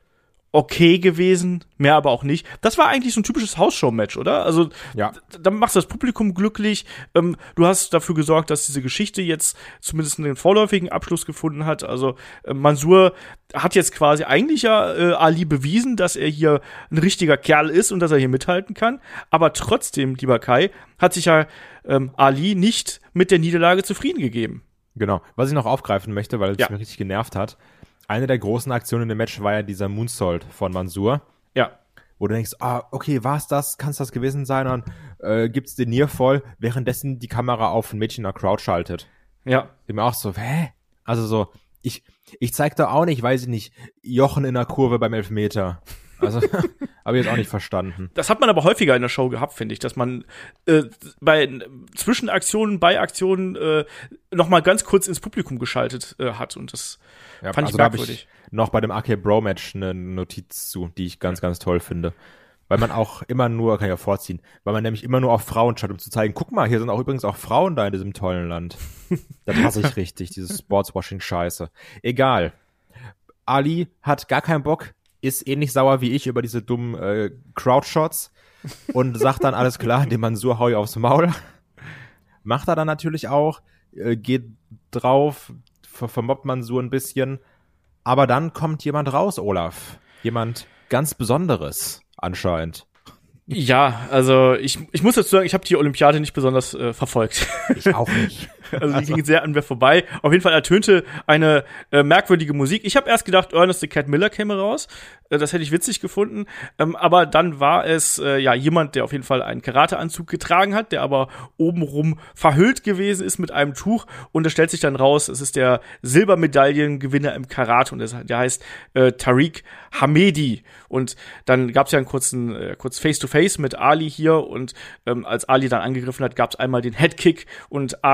okay gewesen, mehr aber auch nicht. Das war eigentlich so ein typisches Hausshow-Match, oder? Also, ja. d- dann machst du das Publikum glücklich. Ähm, du hast dafür gesorgt, dass diese Geschichte jetzt zumindest einen vorläufigen Abschluss gefunden hat. Also, äh, Mansoor hat jetzt quasi eigentlich ja äh, Ali bewiesen, dass er hier ein richtiger Kerl ist und dass er hier mithalten kann. Aber trotzdem, lieber Kai, hat sich ja ähm, Ali nicht mit der Niederlage zufrieden gegeben. Genau. Was ich noch aufgreifen möchte, weil es Ja. mich richtig genervt hat, eine der großen Aktionen in dem Match war ja dieser Moonsault von Mansoor. Ja. Wo du denkst, ah, okay, war's das? Kann's das gewesen sein? Und dann äh, gibt's den Nearfall, währenddessen die Kamera auf ein Mädchen in der Crowd schaltet. Ja. Ich mir auch so, hä? Also so, ich, ich zeig da auch nicht, weiß ich nicht, Jochen in der Kurve beim Elfmeter. Also, habe ich jetzt auch nicht verstanden. Das hat man aber häufiger in der Show gehabt, finde ich, dass man äh, bei Zwischenaktionen, bei Aktionen äh, noch mal ganz kurz ins Publikum geschaltet äh, hat und das Ja, fand also ich da hab merkwürdig. ich noch bei dem A K Bro-Match eine Notiz zu, die ich ganz, ganz toll finde. Weil man auch immer nur, kann ich ja vorziehen, weil man nämlich immer nur auf Frauen schaut, um zu zeigen, guck mal, hier sind auch übrigens auch Frauen da in diesem tollen Land. Das hasse ich richtig, dieses Sportswashing-Scheiße. Egal. Ali hat gar keinen Bock, ist ähnlich sauer wie ich über diese dummen äh, Crowdshots und sagt dann, alles klar, dem Mansoor hau ich aufs Maul. Macht er dann natürlich auch, äh, geht drauf, ver- vermobbt Mansoor ein bisschen. Aber dann kommt jemand raus, Olaf. Jemand ganz Besonderes anscheinend. Ja, also ich, ich muss dazu sagen, ich habe die Olympiade nicht besonders äh, verfolgt. Ich auch nicht. Also die ging sehr an mir vorbei. Auf jeden Fall ertönte eine äh, merkwürdige Musik. Ich habe erst gedacht, Ernest the Cat Miller käme raus. Äh, das hätte ich witzig gefunden. Ähm, aber dann war es äh, ja jemand, der auf jeden Fall einen Karateanzug getragen hat, der aber obenrum verhüllt gewesen ist mit einem Tuch. Und es stellt sich dann raus, es ist der Silbermedaillengewinner im Karate und das, der heißt äh, Tariq Hamedi. Und dann gab es ja einen kurzen, äh, kurz Face-to-Face mit Ali hier und ähm, als Ali dann angegriffen hat, gab es einmal den Headkick und Ali als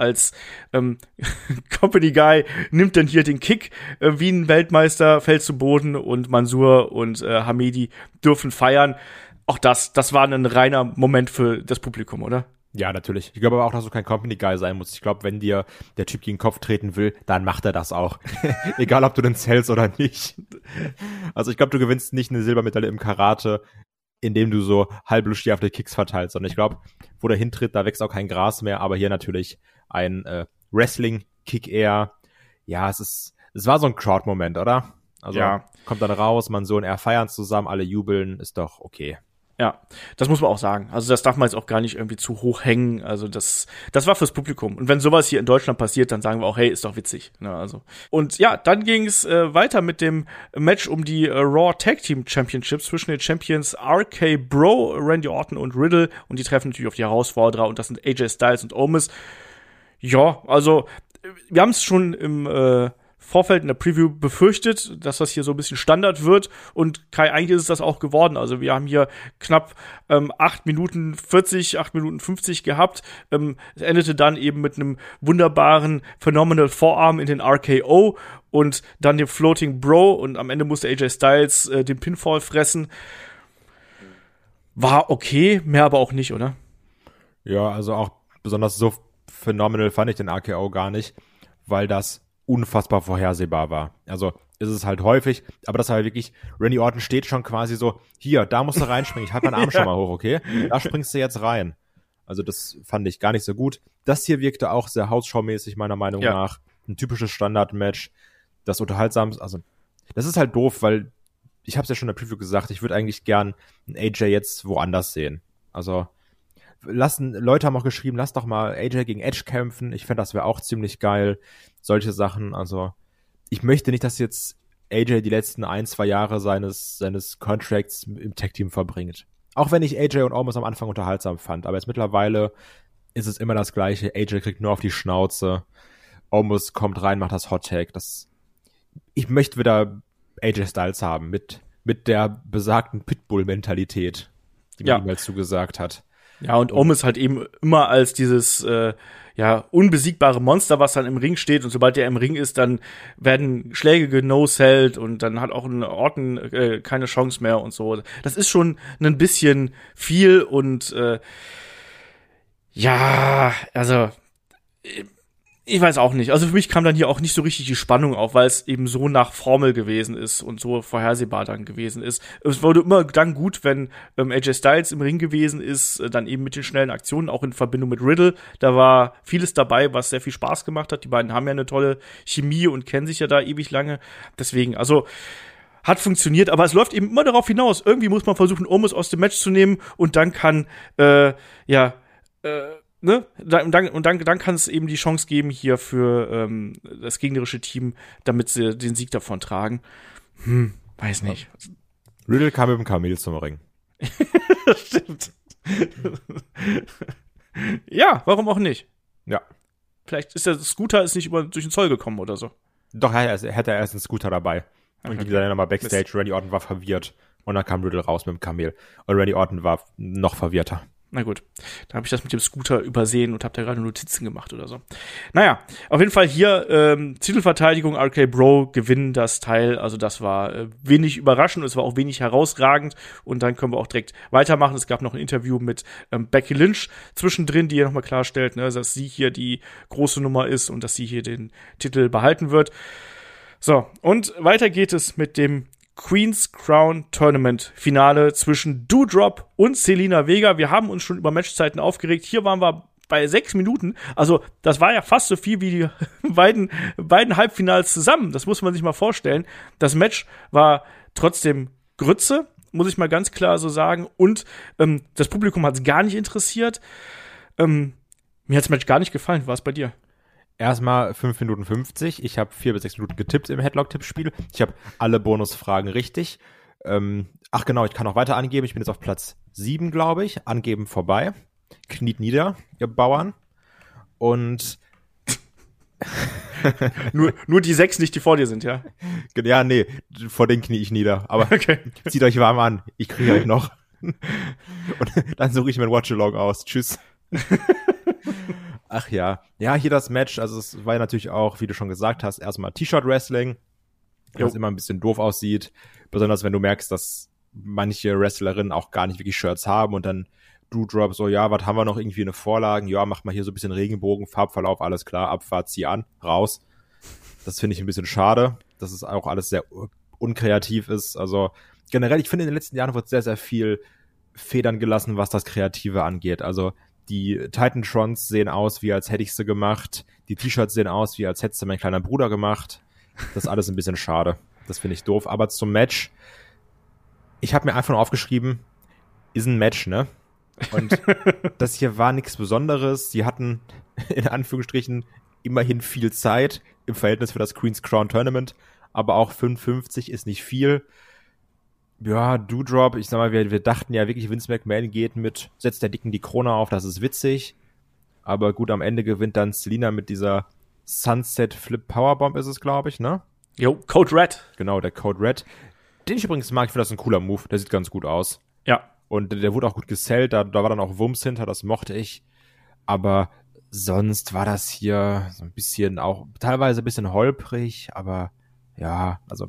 als ähm, Company Guy nimmt dann hier den Kick äh, wie ein Weltmeister, fällt zu Boden und Mansoor und äh, Hamidi dürfen feiern. Auch das, das war ein reiner Moment für das Publikum, oder? Ja, natürlich. Ich glaube aber auch, dass du kein Company Guy sein musst. Ich glaube, wenn dir der Typ gegen den Kopf treten will, dann macht er das auch. Egal, ob du den zählst oder nicht. Also ich glaube, du gewinnst nicht eine Silbermedaille im Karate, indem du so halblustig auf die Kicks verteilst. Und ich glaube, wo der hintritt, da wächst auch kein Gras mehr. Aber hier natürlich ein äh, Wrestling-Kick eher. Ja, es ist, es war so ein Crowd-Moment, oder? Also ja. Kommt dann raus, man so und er feiern zusammen, alle jubeln, ist doch okay. Ja, das muss man auch sagen. Also das darf man jetzt auch gar nicht irgendwie zu hoch hängen. Also das, das war fürs Publikum. Und wenn sowas hier in Deutschland passiert, dann sagen wir auch, hey, ist doch witzig. Ne, also. Und ja, dann ging es äh, weiter mit dem Match um die äh, Raw Tag Team Championships zwischen den Champions R K Bro, Randy Orton und Riddle. Und die treffen natürlich auf die Herausforderer. Und das sind A J Styles und Omos. Ja, also wir haben es schon im äh, Vorfeld in der Preview befürchtet, dass das hier so ein bisschen Standard wird und Kai, eigentlich ist es das auch geworden. Also wir haben hier knapp ähm, acht Minuten vierzig, acht Minuten fünfzig gehabt. Ähm, es endete dann eben mit einem wunderbaren Phenomenal Forearm in den R K O und dann dem Floating Bro und am Ende musste A J Styles äh, den Pinfall fressen. War okay, mehr aber auch nicht, oder? Ja, also auch besonders so phenomenal fand ich den R K O gar nicht, weil das unfassbar vorhersehbar war. Also ist es halt häufig, aber das war halt wirklich, Randy Orton steht schon quasi so, hier, da musst du reinspringen, ich halte meinen Arm ja. schon mal hoch, okay? Da springst du jetzt rein. Also das fand ich gar nicht so gut. Das hier wirkte auch sehr hausschaumäßig, meiner Meinung ja. nach. Ein typisches Standard-Match. Das unterhaltsamste, also das ist halt doof, weil ich habe es ja schon in der Preview gesagt, ich würde eigentlich gern einen A J jetzt woanders sehen. Also lassen, Leute haben auch geschrieben, lass doch mal A J gegen Edge kämpfen. Ich fände, das wäre auch ziemlich geil. Solche Sachen, also ich möchte nicht, dass jetzt A J die letzten ein, zwei Jahre seines seines Contracts im Tag-Team verbringt. Auch wenn ich A J und Omos am Anfang unterhaltsam fand, aber jetzt mittlerweile ist es immer das Gleiche. A J kriegt nur auf die Schnauze. Omos kommt rein, macht das Hot Tag. Das, ich möchte wieder A J Styles haben mit mit der besagten Pitbull-Mentalität, die ja. man ihm mal zugesagt hat. Ja, und Omos halt eben immer als dieses äh, ja unbesiegbare Monster, was dann im Ring steht. Und sobald er im Ring ist, dann werden Schläge geno-sellt und dann hat auch ein Orton äh, keine Chance mehr und so. Das ist schon ein bisschen viel und äh, ja, also ich weiß auch nicht. Also für mich kam dann hier auch nicht so richtig die Spannung auf, weil es eben so nach Formel gewesen ist und so vorhersehbar dann gewesen ist. Es wurde immer dann gut, wenn ähm, A J Styles im Ring gewesen ist, äh, dann eben mit den schnellen Aktionen, auch in Verbindung mit Riddle. Da war vieles dabei, was sehr viel Spaß gemacht hat. Die beiden haben ja eine tolle Chemie und kennen sich ja da ewig lange. Deswegen, also hat funktioniert, aber es läuft eben immer darauf hinaus. Irgendwie muss man versuchen, Omos aus dem Match zu nehmen und dann kann, äh, ja, äh, Ne? Und dann, und dann, dann kann es eben die Chance geben hier für ähm, das gegnerische Team, damit sie den Sieg davon tragen. Hm, weiß nicht. Riddle kam mit dem Kamel zum Ring. Stimmt. Ja, warum auch nicht? Ja. Vielleicht ist der Scooter ist nicht über, durch den Zoll gekommen oder so. Doch, er hatte erst einen Scooter dabei. Und okay. Die dann nochmal Backstage. Mist. Randy Orton war verwirrt. Und dann kam Riddle raus mit dem Kamel. Und Randy Orton war noch verwirrter. Na gut, da habe ich das mit dem Scooter übersehen und habe da gerade Notizen gemacht oder so. Naja, auf jeden Fall hier ähm, Titelverteidigung, R K Bro gewinnen das Teil. Also das war äh, wenig überraschend, es war auch wenig herausragend. Und dann können wir auch direkt weitermachen. Es gab noch ein Interview mit ähm, Becky Lynch zwischendrin, die ja nochmal klarstellt, ne, dass sie hier die große Nummer ist und dass sie hier den Titel behalten wird. So, und weiter geht es mit dem Queen's Crown Tournament Finale zwischen Doudrop und Zelina Vega. Wir haben uns schon über Matchzeiten aufgeregt. Hier waren wir bei sechs Minuten. Also das war ja fast so viel wie die beiden, beiden Halbfinals zusammen. Das muss man sich mal vorstellen. Das Match war trotzdem Grütze, muss ich mal ganz klar so sagen. Und ähm, das Publikum hat es gar nicht interessiert. Ähm, mir hat das Match gar nicht gefallen. Wie war es bei dir? Erstmal fünf Minuten fünfzig. Ich habe vier bis sechs Minuten getippt im Headlock-Tippspiel. Ich habe alle Bonusfragen richtig. Ähm, ach genau, ich kann noch weiter angeben. Ich bin jetzt auf Platz sieben, glaube ich. Angeben vorbei. Kniet nieder, ihr Bauern. Und nur, nur die sechs nicht, die vor dir sind, ja? Ja, nee, vor denen knie ich nieder. Aber okay. Zieht euch warm an. Ich kriege euch noch. Und dann suche ich mein Watch-Along aus. Tschüss. Ach ja. Ja, hier das Match, also es war ja natürlich auch, wie du schon gesagt hast, erstmal T-Shirt-Wrestling, was immer ein bisschen doof aussieht. Besonders wenn du merkst, dass manche Wrestlerinnen auch gar nicht wirklich Shirts haben und dann Doudrop so, ja, was haben wir noch, irgendwie eine Vorlagen? Ja, mach mal hier so ein bisschen Regenbogen, Farbverlauf, alles klar, Abfahrt, zieh an, raus. Das finde ich ein bisschen schade, dass es auch alles sehr unkreativ ist. Also generell, ich finde, in den letzten Jahren wird sehr, sehr viel Federn gelassen, was das Kreative angeht. Also die Titantrons sehen aus, wie als hätte ich sie gemacht. Die T-Shirts sehen aus, wie als hätte sie mein kleiner Bruder gemacht. Das ist alles ein bisschen schade. Das finde ich doof. Aber zum Match, ich habe mir einfach nur aufgeschrieben, ist ein Match, ne? Und das hier war nichts Besonderes. Sie hatten in Anführungsstrichen immerhin viel Zeit im Verhältnis für das Queen's Crown Tournament, aber auch fünfundfünfzig ist nicht viel. Ja, Doudrop, ich sag mal, wir, wir dachten ja wirklich, Vince McMahon geht mit, setzt der Dicken die Krone auf, das ist witzig. Aber gut, am Ende gewinnt dann Selina mit dieser Sunset Flip Powerbomb ist es, glaube ich, ne? Jo, Code Red. Genau, der Code Red. Den ich übrigens mag, ich finde das ein cooler Move, der sieht ganz gut aus. Ja. Und der wurde auch gut gesellt, da, da war dann auch Wumms hinter, das mochte ich. Aber sonst war das hier so ein bisschen auch, teilweise ein bisschen holprig, aber ja, also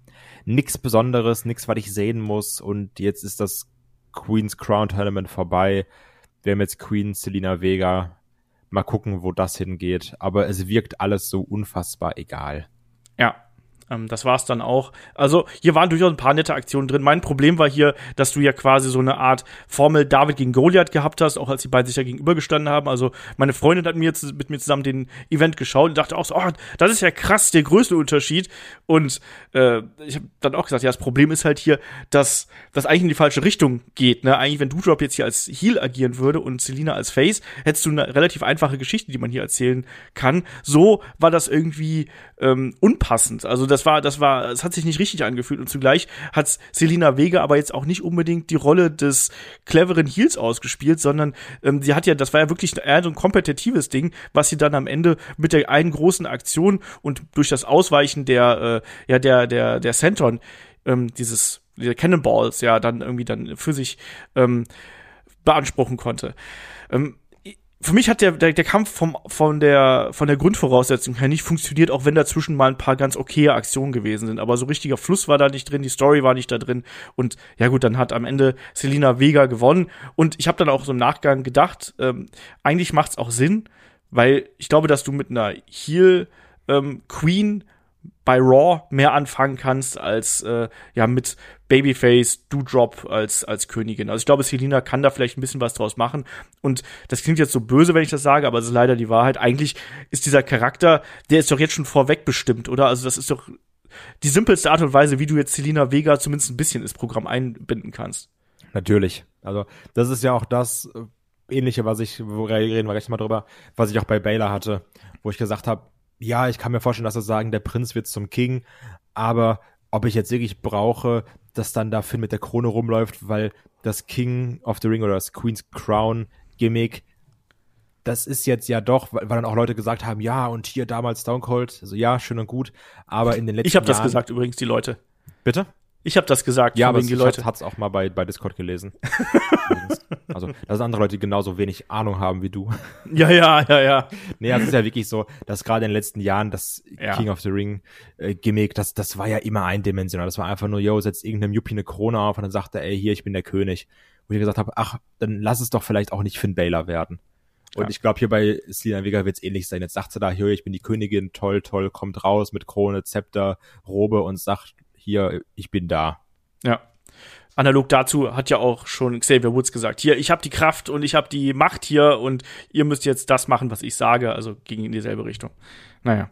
nix Besonderes, nix, was ich sehen muss. Und jetzt ist das Queen's Crown Tournament vorbei. Wir haben jetzt Queen Zelina Vega. Mal gucken, wo das hingeht. Aber es wirkt alles so unfassbar egal. Ja. Ähm, das war's dann auch. Also, hier waren durchaus ein paar nette Aktionen drin. Mein Problem war hier, dass du ja quasi so eine Art Formel David gegen Goliath gehabt hast, auch als die beiden sich ja gegenübergestanden haben. Also, meine Freundin hat mir jetzt mit mir zusammen den Event geschaut und dachte auch so, oh, das ist ja krass, der größte Unterschied. Und äh, ich habe dann auch gesagt, ja, das Problem ist halt hier, dass das eigentlich in die falsche Richtung geht. Ne? Eigentlich, wenn Doudrop jetzt hier als Heel agieren würde und Zelina als Face, hättest du eine relativ einfache Geschichte, die man hier erzählen kann. So war das irgendwie ähm, unpassend. Also, das war, das war, es hat sich nicht richtig angefühlt und zugleich hat Zelina Vega aber jetzt auch nicht unbedingt die Rolle des cleveren Heels ausgespielt, sondern ähm, sie hat ja, das war ja wirklich eher so ein kompetitives Ding, was sie dann am Ende mit der einen großen Aktion und durch das Ausweichen der, äh, ja, der, der, der Senton, ähm, dieses, der Cannonballs, ja, dann irgendwie dann für sich ähm, beanspruchen konnte. Ähm, Für mich hat der, der, der Kampf vom, von, der, von der Grundvoraussetzung her nicht funktioniert, auch wenn dazwischen mal ein paar ganz okaye Aktionen gewesen sind. Aber so richtiger Fluss war da nicht drin, die Story war nicht da drin. Und ja gut, dann hat am Ende Zelina Vega gewonnen. Und ich habe dann auch so im Nachgang gedacht, ähm, eigentlich macht's auch Sinn, weil ich glaube, dass du mit einer Heel ähm, Queen bei Raw mehr anfangen kannst als äh, ja mit Babyface, Doudrop als als Königin. Also ich glaube, Zelina kann da vielleicht ein bisschen was draus machen. Und das klingt jetzt so böse, wenn ich das sage, aber es ist leider die Wahrheit. Eigentlich ist dieser Charakter, der ist doch jetzt schon vorweg bestimmt, oder? Also das ist doch die simpelste Art und Weise, wie du jetzt Zelina Vega zumindest ein bisschen ins Programm einbinden kannst. Natürlich. Also das ist ja auch das äh, Ähnliche, was ich, wo reden wir gleich mal drüber, was ich auch bei Baylor hatte, wo ich gesagt habe, ja, ich kann mir vorstellen, dass sie sagen, der Prinz wird zum King, aber ob ich jetzt wirklich brauche, dass dann da Finn mit der Krone rumläuft, weil das King of the Ring oder das Queen's Crown Gimmick, das ist jetzt ja doch, weil, weil dann auch Leute gesagt haben, ja, und hier damals Stone Cold, also ja, schön und gut, aber in den letzten Ich habe das Jahren, gesagt übrigens, die Leute. Bitte? Ich habe das gesagt, ja, aber wegen ich die Leute. hat's auch mal bei, bei Discord gelesen. Also, da sind andere Leute, die genauso wenig Ahnung haben wie du. Ja, ja, ja, ja. Nee, also es ist ja wirklich so, dass gerade in den letzten Jahren das Ja. King of the Ring äh, Gimmick, das, das war ja immer eindimensional. Das war einfach nur, yo, setzt irgendeinem Yuppie eine Krone auf und dann sagt er, ey, hier, ich bin der König. Wo ich gesagt habe, ach, dann lass es doch vielleicht auch nicht Finn Balor werden. Und Ja. ich glaube, hier bei Zelina Vega wird es ähnlich sein. Jetzt sagt sie da, hier, ich bin die Königin, toll, toll, kommt raus mit Krone, Zepter, Robe und sagt, hier, ich bin da. Ja. Analog dazu hat ja auch schon Xavier Woods gesagt, hier, ich habe die Kraft und ich habe die Macht hier und ihr müsst jetzt das machen, was ich sage. Also ging in dieselbe Richtung. Naja.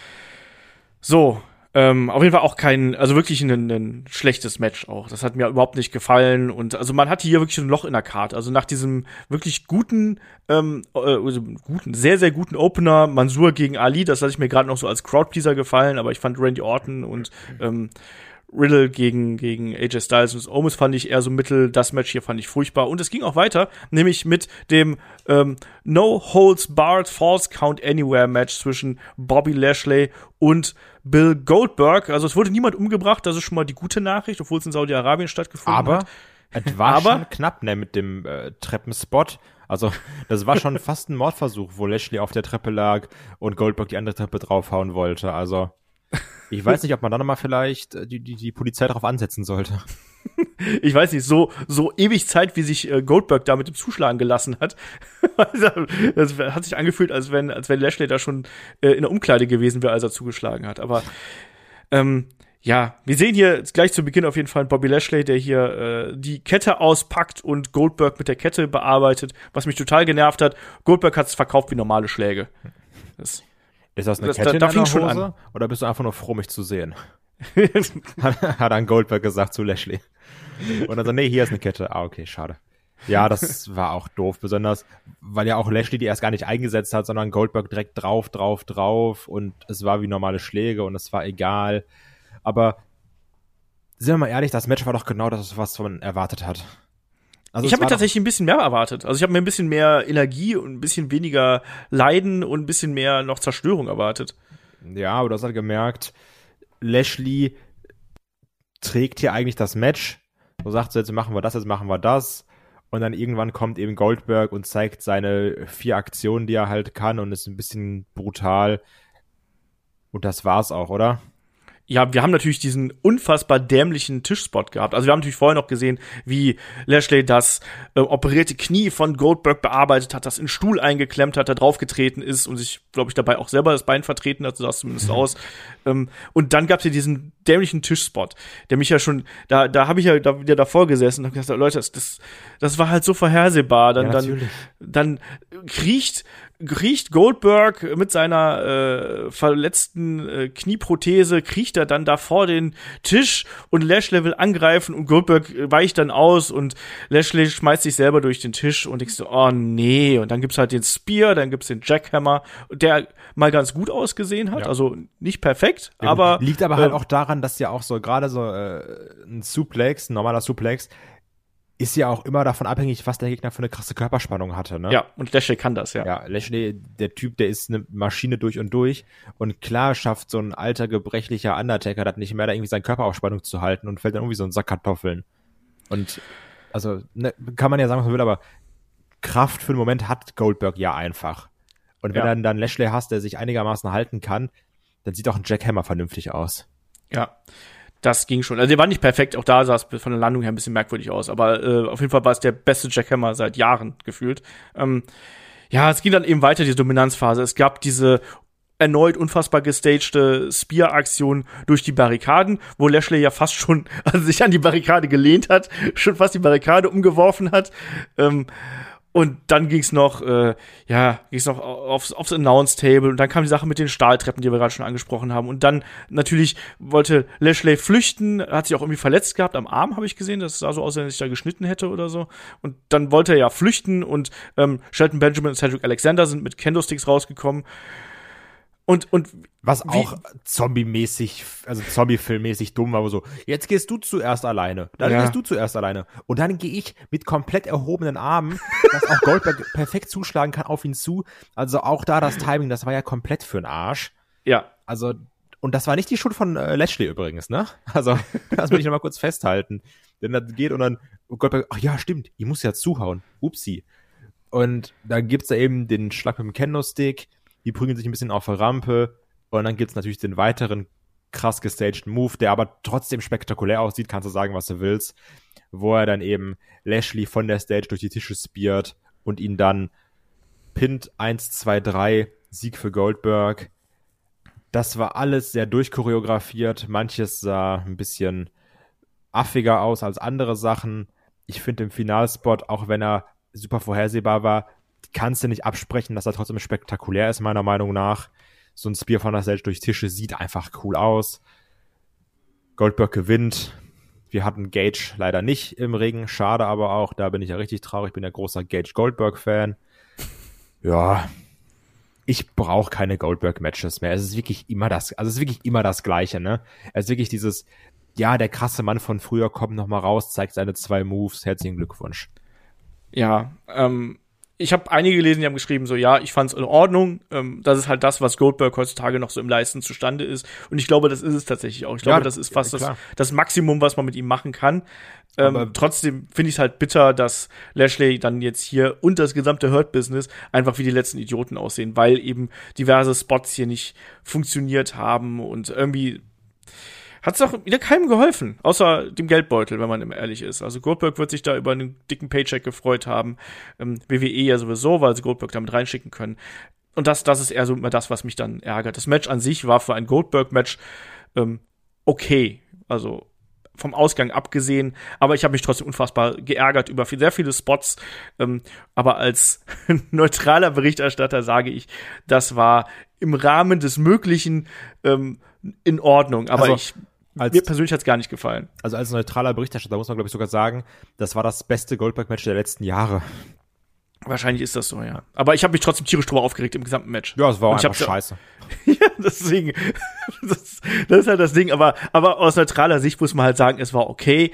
So, ähm, auf jeden Fall auch kein, also wirklich ein, ein schlechtes Match auch. Das hat mir überhaupt nicht gefallen. Und also man hatte hier wirklich ein Loch in der Karte. Also nach diesem wirklich guten, ähm, äh, also guten, sehr, sehr guten Opener, Mansoor gegen Ali, das hatte ich mir gerade noch so als Crowdpleaser gefallen, aber ich fand Randy Orton und ähm, Riddle gegen, gegen A J Styles und Omos fand ich eher so mittel. Das Match hier fand ich furchtbar. Und es ging auch weiter, nämlich mit dem ähm, No-Holds-Barred False Count Anywhere Match zwischen Bobby Lashley und Bill Goldberg. Also es wurde niemand umgebracht, das ist schon mal die gute Nachricht, obwohl es in Saudi-Arabien stattgefunden Aber hat. es war Aber- schon knapp, ne, mit dem äh, Treppenspot. Also das war schon fast ein Mordversuch, wo Lashley auf der Treppe lag und Goldberg die andere Treppe draufhauen wollte. Also ich weiß nicht, ob man da nochmal vielleicht die, die, die Polizei drauf ansetzen sollte. Ich weiß nicht, so, so ewig Zeit, wie sich äh, Goldberg da mit dem Zuschlagen gelassen hat. Das hat sich angefühlt, als wenn, als wenn Lashley da schon äh, in der Umkleide gewesen wäre, als er zugeschlagen hat. Aber ähm, ja, wir sehen hier gleich zu Beginn auf jeden Fall Bobby Lashley, der hier äh, die Kette auspackt und Goldberg mit der Kette bearbeitet, was mich total genervt hat. Goldberg hat es verkauft wie normale Schläge. Das, ist das eine das, Kette da, da in deiner fing Hose? Schon an. Oder bist du einfach nur froh, mich zu sehen? hat, hat dann Goldberg gesagt zu Lashley. Und dann so, nee, hier ist eine Kette. Ah, okay, schade. Ja, das war auch doof, besonders, weil ja auch Lashley die erst gar nicht eingesetzt hat, sondern Goldberg direkt drauf, drauf, drauf und es war wie normale Schläge und es war egal. Aber sind wir mal ehrlich, das Match war doch genau das, was man erwartet hat. Also ich habe mir tatsächlich ein bisschen mehr erwartet. Also ich habe mir ein bisschen mehr Energie und ein bisschen weniger Leiden und ein bisschen mehr noch Zerstörung erwartet. Ja, aber du hast halt gemerkt, Lashley trägt hier eigentlich das Match. So sagt sie, jetzt machen wir das, jetzt machen wir das. Und dann irgendwann kommt eben Goldberg und zeigt seine vier Aktionen, die er halt kann und ist ein bisschen brutal. Und das war's auch, oder? Ja, wir haben natürlich diesen unfassbar dämlichen Tischspot gehabt. Also wir haben natürlich vorher noch gesehen, wie Lashley das äh, operierte Knie von Goldberg bearbeitet hat, das in den Stuhl eingeklemmt hat, da draufgetreten ist und sich, glaube ich, dabei auch selber das Bein vertreten hat, so sah es zumindest aus. Ähm, und dann gab's hier diesen dämlichen Tischspot, der mich ja schon, da da habe ich ja da wieder davor gesessen und hab gesagt, Leute, das, das, das war halt so vorhersehbar. Dann, ja, dann, dann kriecht kriecht Goldberg mit seiner äh, verletzten äh, Knieprothese, kriecht er dann da vor den Tisch und Lashley will angreifen und Goldberg weicht dann aus und Lashley schmeißt sich selber durch den Tisch und ich so, oh nee. Und dann gibt's halt den Spear, dann gibt's den Jackhammer, der mal ganz gut ausgesehen hat, ja. Also nicht perfekt, ja, aber liegt aber halt äh, auch daran, dass ja auch so gerade so äh, ein Suplex, ein normaler Suplex, ist ja auch immer davon abhängig, was der Gegner für eine krasse Körperspannung hatte, ne? Ja, und Lashley kann das, ja. Ja, Lashley, der Typ, der ist eine Maschine durch und durch und klar schafft so ein alter, gebrechlicher Undertaker das nicht mehr, da irgendwie seine Körperaufspannung zu halten und fällt dann irgendwie so ein Sack Kartoffeln. Und, also, ne, kann man ja sagen, was man will, aber Kraft für den Moment hat Goldberg ja einfach. Und wenn ja. dann dann Lashley hast, der sich einigermaßen halten kann, dann sieht auch ein Jackhammer vernünftig aus. Ja. Das ging schon. Also der war nicht perfekt, auch da sah es von der Landung her ein bisschen merkwürdig aus, aber äh, auf jeden Fall war es der beste Jackhammer seit Jahren gefühlt. Ähm, ja, es ging dann eben weiter, diese Dominanzphase. Es gab diese erneut unfassbar gestagte Spear-Aktion durch die Barrikaden, wo Lashley ja fast schon, also sich an die Barrikade gelehnt hat, schon fast die Barrikade umgeworfen hat. Ähm, Und dann ging's noch, äh, ja, ging's noch aufs, aufs Announce-Table und dann kam die Sache mit den Stahltreppen, die wir gerade schon angesprochen haben. Und dann natürlich wollte Lashley flüchten, hat sich auch irgendwie verletzt gehabt am Arm, habe ich gesehen. Das sah so aus, als wenn er sich da geschnitten hätte oder so. Und dann wollte er ja flüchten und ähm, Shelton Benjamin und Cedric Alexander sind mit Kendo-Sticks rausgekommen. Und, und was wie, auch zombie-mäßig, also Zombie-Film-mäßig dumm war, wo so, jetzt gehst du zuerst alleine, dann ja. gehst du zuerst alleine. Und dann gehe ich mit komplett erhobenen Armen, dass auch Goldberg perfekt zuschlagen kann, auf ihn zu. Also auch da das Timing, das war ja komplett für den Arsch. Ja. Also, und das war nicht die Schuld von äh, Lashley übrigens, ne? Also, das will ich noch mal kurz festhalten. Denn das geht und dann Goldberg, ach ja, stimmt, ich muss ja zuhauen. Upsi. Und dann gibt's da eben den Schlag mit dem Kendo-Stick. Die prügeln sich ein bisschen auf der Rampe und dann gibt's natürlich den weiteren krass gestagten Move, der aber trotzdem spektakulär aussieht, kannst du sagen, was du willst, wo er dann eben Lashley von der Stage durch die Tische speart und ihn dann pinnt, eins, zwei, drei, Sieg für Goldberg. Das war alles sehr durchchoreografiert, manches sah ein bisschen affiger aus als andere Sachen. Ich finde im Finalspot, auch wenn er super vorhersehbar war, kannst du nicht absprechen, dass er trotzdem spektakulär ist, meiner Meinung nach. So ein Spear von der Stage durch Tische sieht einfach cool aus. Goldberg gewinnt. Wir hatten Gage leider nicht im Ring. Schade aber auch. Da bin ich ja richtig traurig. Ich bin ja großer Gage-Goldberg-Fan. Ja. Ich brauche keine Goldberg-Matches mehr. Es ist wirklich immer das, also es ist wirklich immer das Gleiche, ne? Es ist wirklich dieses, ja, der krasse Mann von früher kommt noch mal raus, zeigt seine zwei Moves. Herzlichen Glückwunsch. Ja, ähm, ich habe einige gelesen, die haben geschrieben, so, ja, ich fand's in Ordnung. Ähm, das ist halt das, was Goldberg heutzutage noch so im Leisten zustande ist. Und ich glaube, das ist es tatsächlich auch. Ich glaube, Ja, das ist fast ja, das, das Maximum, was man mit ihm machen kann. Ähm, Aber trotzdem finde ich es halt bitter, dass Lashley dann jetzt hier und das gesamte Hurt-Business einfach wie die letzten Idioten aussehen, weil eben diverse Spots hier nicht funktioniert haben und irgendwie hat es auch wieder keinem geholfen, außer dem Geldbeutel, wenn man ehrlich ist. Also Goldberg wird sich da über einen dicken Paycheck gefreut haben. Ähm, W W E ja sowieso, weil sie Goldberg damit reinschicken können. Und das, das ist eher so immer das, was mich dann ärgert. Das Match an sich war für ein Goldberg-Match ähm, okay. Also vom Ausgang abgesehen. Aber ich habe mich trotzdem unfassbar geärgert über viel, sehr viele Spots. Ähm, aber als neutraler Berichterstatter sage ich, das war im Rahmen des Möglichen ähm, in Ordnung. Aber Also, ich Als, mir persönlich hat's gar nicht gefallen. Also als neutraler Berichterstatter muss man, glaube ich, sogar sagen, das war das beste Goldberg-Match der letzten Jahre. Wahrscheinlich ist das so, ja. Aber ich habe mich trotzdem tierisch drüber aufgeregt im gesamten Match. Ja, es war auch Und ich einfach scheiße. Ja, deswegen, das, das ist halt das Ding. Aber, aber aus neutraler Sicht muss man halt sagen, es war okay.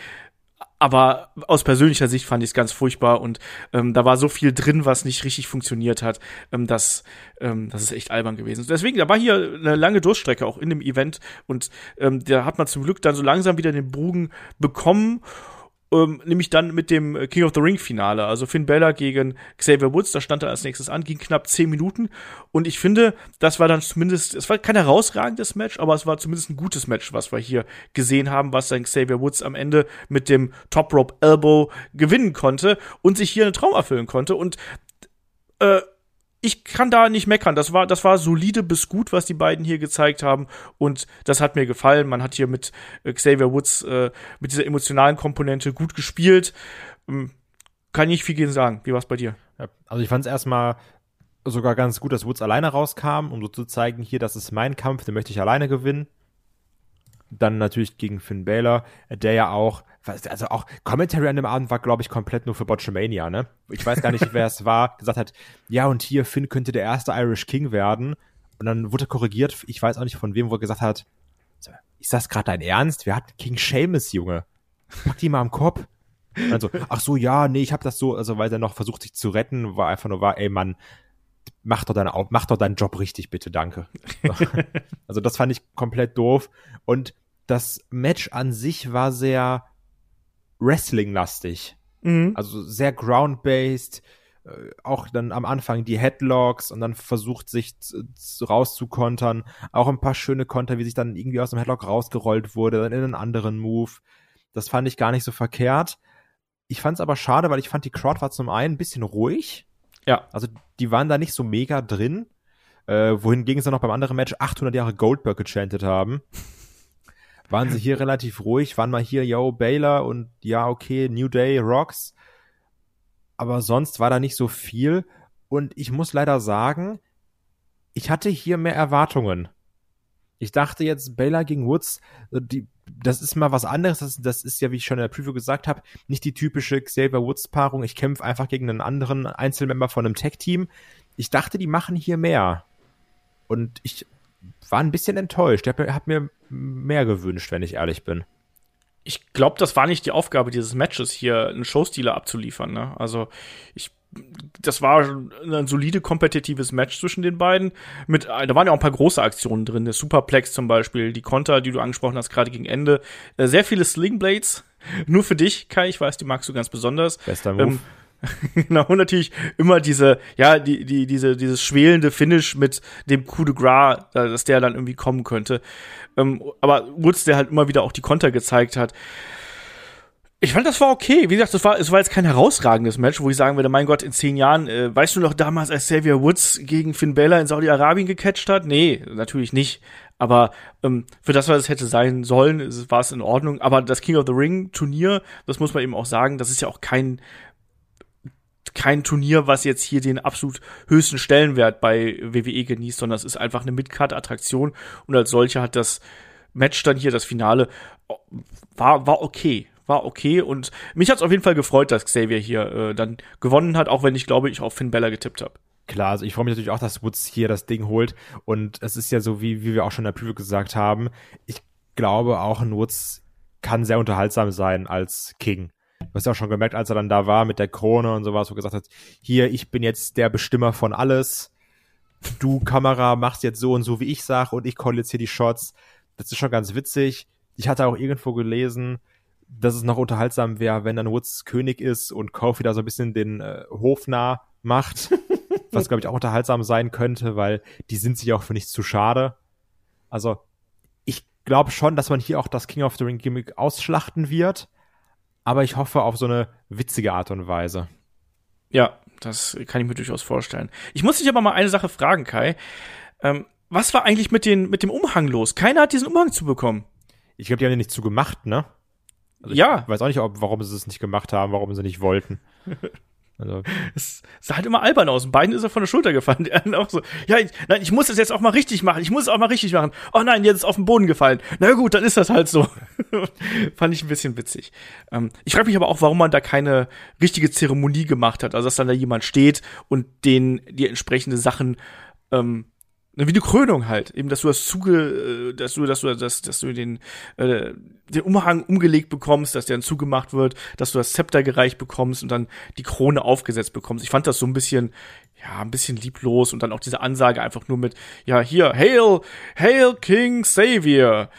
Aber aus persönlicher Sicht fand ich es ganz furchtbar und ähm, da war so viel drin, was nicht richtig funktioniert hat, ähm, dass ähm, das ist echt albern gewesen. Deswegen, da war hier eine lange Durststrecke auch in dem Event und ähm, da hat man zum Glück dann so langsam wieder den Bogen bekommen. Ähm, nämlich dann mit dem King of the Ring Finale, also Finn Balor gegen Xavier Woods, das stand da als nächstes an, ging knapp zehn Minuten und ich finde, das war dann zumindest, es war kein herausragendes Match, aber es war zumindest ein gutes Match, was wir hier gesehen haben, was dann Xavier Woods am Ende mit dem Top Rope Elbow gewinnen konnte und sich hier einen Traum erfüllen konnte und äh, ich kann da nicht meckern. Das war, das war solide bis gut, was die beiden hier gezeigt haben. Und das hat mir gefallen. Man hat hier mit äh, Xavier Woods äh, mit dieser emotionalen Komponente gut gespielt. Ähm, kann nicht viel gegen sagen. Wie war's bei dir? Ja, also ich fand es erstmal sogar ganz gut, dass Woods alleine rauskam, um so zu zeigen, hier, das ist mein Kampf, den möchte ich alleine gewinnen. Dann natürlich gegen Finn Balor, der ja auch, also auch Commentary an dem Abend war, glaube ich, komplett nur für Botchamania, ne? Ich weiß gar nicht, wer es war, gesagt hat, ja, und hier, Finn könnte der erste Irish King werden. Und dann wurde korrigiert, ich weiß auch nicht von wem, wo er gesagt hat, ist das gerade dein Ernst? Wer hat King Sheamus, Junge? Pack die mal am Kopf. Und dann so, ach so, ja, nee, ich hab das so, also weil er noch versucht, sich zu retten, war einfach nur, war, ey, Mann, mach doch, deine, mach doch deinen Job richtig, bitte, danke. Also das fand ich komplett doof. Und das Match an sich war sehr Wrestling-lastig. Mhm. Also sehr ground-based. Äh, auch dann am Anfang die Headlocks und dann versucht, sich z- z- rauszukontern. Auch ein paar schöne Konter, wie sich dann irgendwie aus dem Headlock rausgerollt wurde, dann in einen anderen Move. Das fand ich gar nicht so verkehrt. Ich fand es aber schade, weil ich fand, die Crowd war zum einen ein bisschen ruhig. Ja. Also die waren da nicht so mega drin. Äh, wohingegen sie noch beim anderen Match achthundert Jahre Goldberg gechantet haben. Waren sie hier relativ ruhig, waren mal hier, yo, Baylor und ja, okay, New Day, Rocks. Aber sonst war da nicht so viel. Und ich muss leider sagen, ich hatte hier mehr Erwartungen. Ich dachte jetzt, Baylor gegen Woods, die, das ist mal was anderes. Das, das ist ja, wie ich schon in der Preview gesagt habe, nicht die typische Xavier Woods-Paarung. Ich kämpfe einfach gegen einen anderen Einzelmember von einem Tag-Team. Ich dachte, die machen hier mehr. Und ich war ein bisschen enttäuscht. Ich habe hab mir mehr gewünscht, wenn ich ehrlich bin. Ich glaube, das war nicht die Aufgabe dieses Matches, hier einen Showstealer abzuliefern. Ne? Also ich, das war ein solide kompetitives Match zwischen den beiden. Mit, da waren ja auch ein paar große Aktionen drin. Der Superplex zum Beispiel, die Konter, die du angesprochen hast, gerade gegen Ende. Sehr viele Slingblades. Nur für dich, Kai. Ich weiß, die magst du ganz besonders. Bester Move. Ähm, Genau, und natürlich immer diese, ja, die, die, diese, dieses schwelende Finish mit dem Coup de Gras, dass der dann irgendwie kommen könnte. Ähm, aber Woods, der halt immer wieder auch die Konter gezeigt hat. Ich fand, das war okay. Wie gesagt, das war, es war jetzt kein herausragendes Match, wo ich sagen würde, mein Gott, in zehn Jahren, äh, weißt du noch damals, als Xavier Woods gegen Finn Balor in Saudi-Arabien gecatcht hat? Nee, natürlich nicht. Aber ähm, für das, was es hätte sein sollen, war es in Ordnung. Aber das King of the Ring Turnier, das muss man eben auch sagen, das ist ja auch kein kein Turnier, was jetzt hier den absolut höchsten Stellenwert bei W W E genießt, sondern es ist einfach eine Mid-Card-Attraktion und als solche hat das Match dann hier, das Finale, war, war okay. War okay und mich hat es auf jeden Fall gefreut, dass Xavier hier äh, dann gewonnen hat, auch wenn ich glaube, ich auf Finn Balor getippt habe. Klar, also ich freue mich natürlich auch, dass Woods hier das Ding holt und es ist ja so, wie, wie wir auch schon in der Preview gesagt haben, ich glaube auch, ein Woods kann sehr unterhaltsam sein als King. hast ja auch schon gemerkt, als er dann da war mit der Krone und sowas, wo er gesagt hat, hier, ich bin jetzt der Bestimmer von alles. Du, Kamera, machst jetzt so und so, wie ich sag, und ich call jetzt hier die Shots. Das ist schon ganz witzig. Ich hatte auch irgendwo gelesen, dass es noch unterhaltsam wäre, wenn dann Woods König ist und Kofi da so ein bisschen den äh, Hof nah macht. Was, glaube ich, auch unterhaltsam sein könnte, weil die sind sich auch für nichts zu schade. Also, ich glaube schon, dass man hier auch das King of the Ring Gimmick ausschlachten wird. Aber ich hoffe auf so eine witzige Art und Weise. Ja, das kann ich mir durchaus vorstellen. Ich muss dich aber mal eine Sache fragen, Kai. Ähm, was war eigentlich mit, den, mit dem Umhang los? Keiner hat diesen Umhang zu bekommen. Ich glaube, die haben den nicht zu gemacht, ne? Also ja. Ich weiß auch nicht, ob, warum sie es nicht gemacht haben, warum sie nicht wollten. Also. Es sah halt immer albern aus. Und beiden ist er von der Schulter gefallen. Die anderen auch so, ja, ich, nein, ich muss das jetzt auch mal richtig machen. Ich muss es auch mal richtig machen. Oh nein, jetzt ist es auf den Boden gefallen. Na gut, dann ist das halt so. Fand ich ein bisschen witzig. Ähm, ich frage mich aber auch, warum man da keine richtige Zeremonie gemacht hat. Also, dass dann da jemand steht und den die entsprechende Sachen ähm, wie eine Krönung halt, eben, dass du das zuge, dass du, dass du, dass, dass du den, äh, den Umhang umgelegt bekommst, dass der dann zugemacht wird, dass du das Zepter gereicht bekommst und dann die Krone aufgesetzt bekommst. Ich fand das so ein bisschen, ja, ein bisschen lieblos und dann auch diese Ansage einfach nur mit, ja, hier, Hail, Hail King Savior.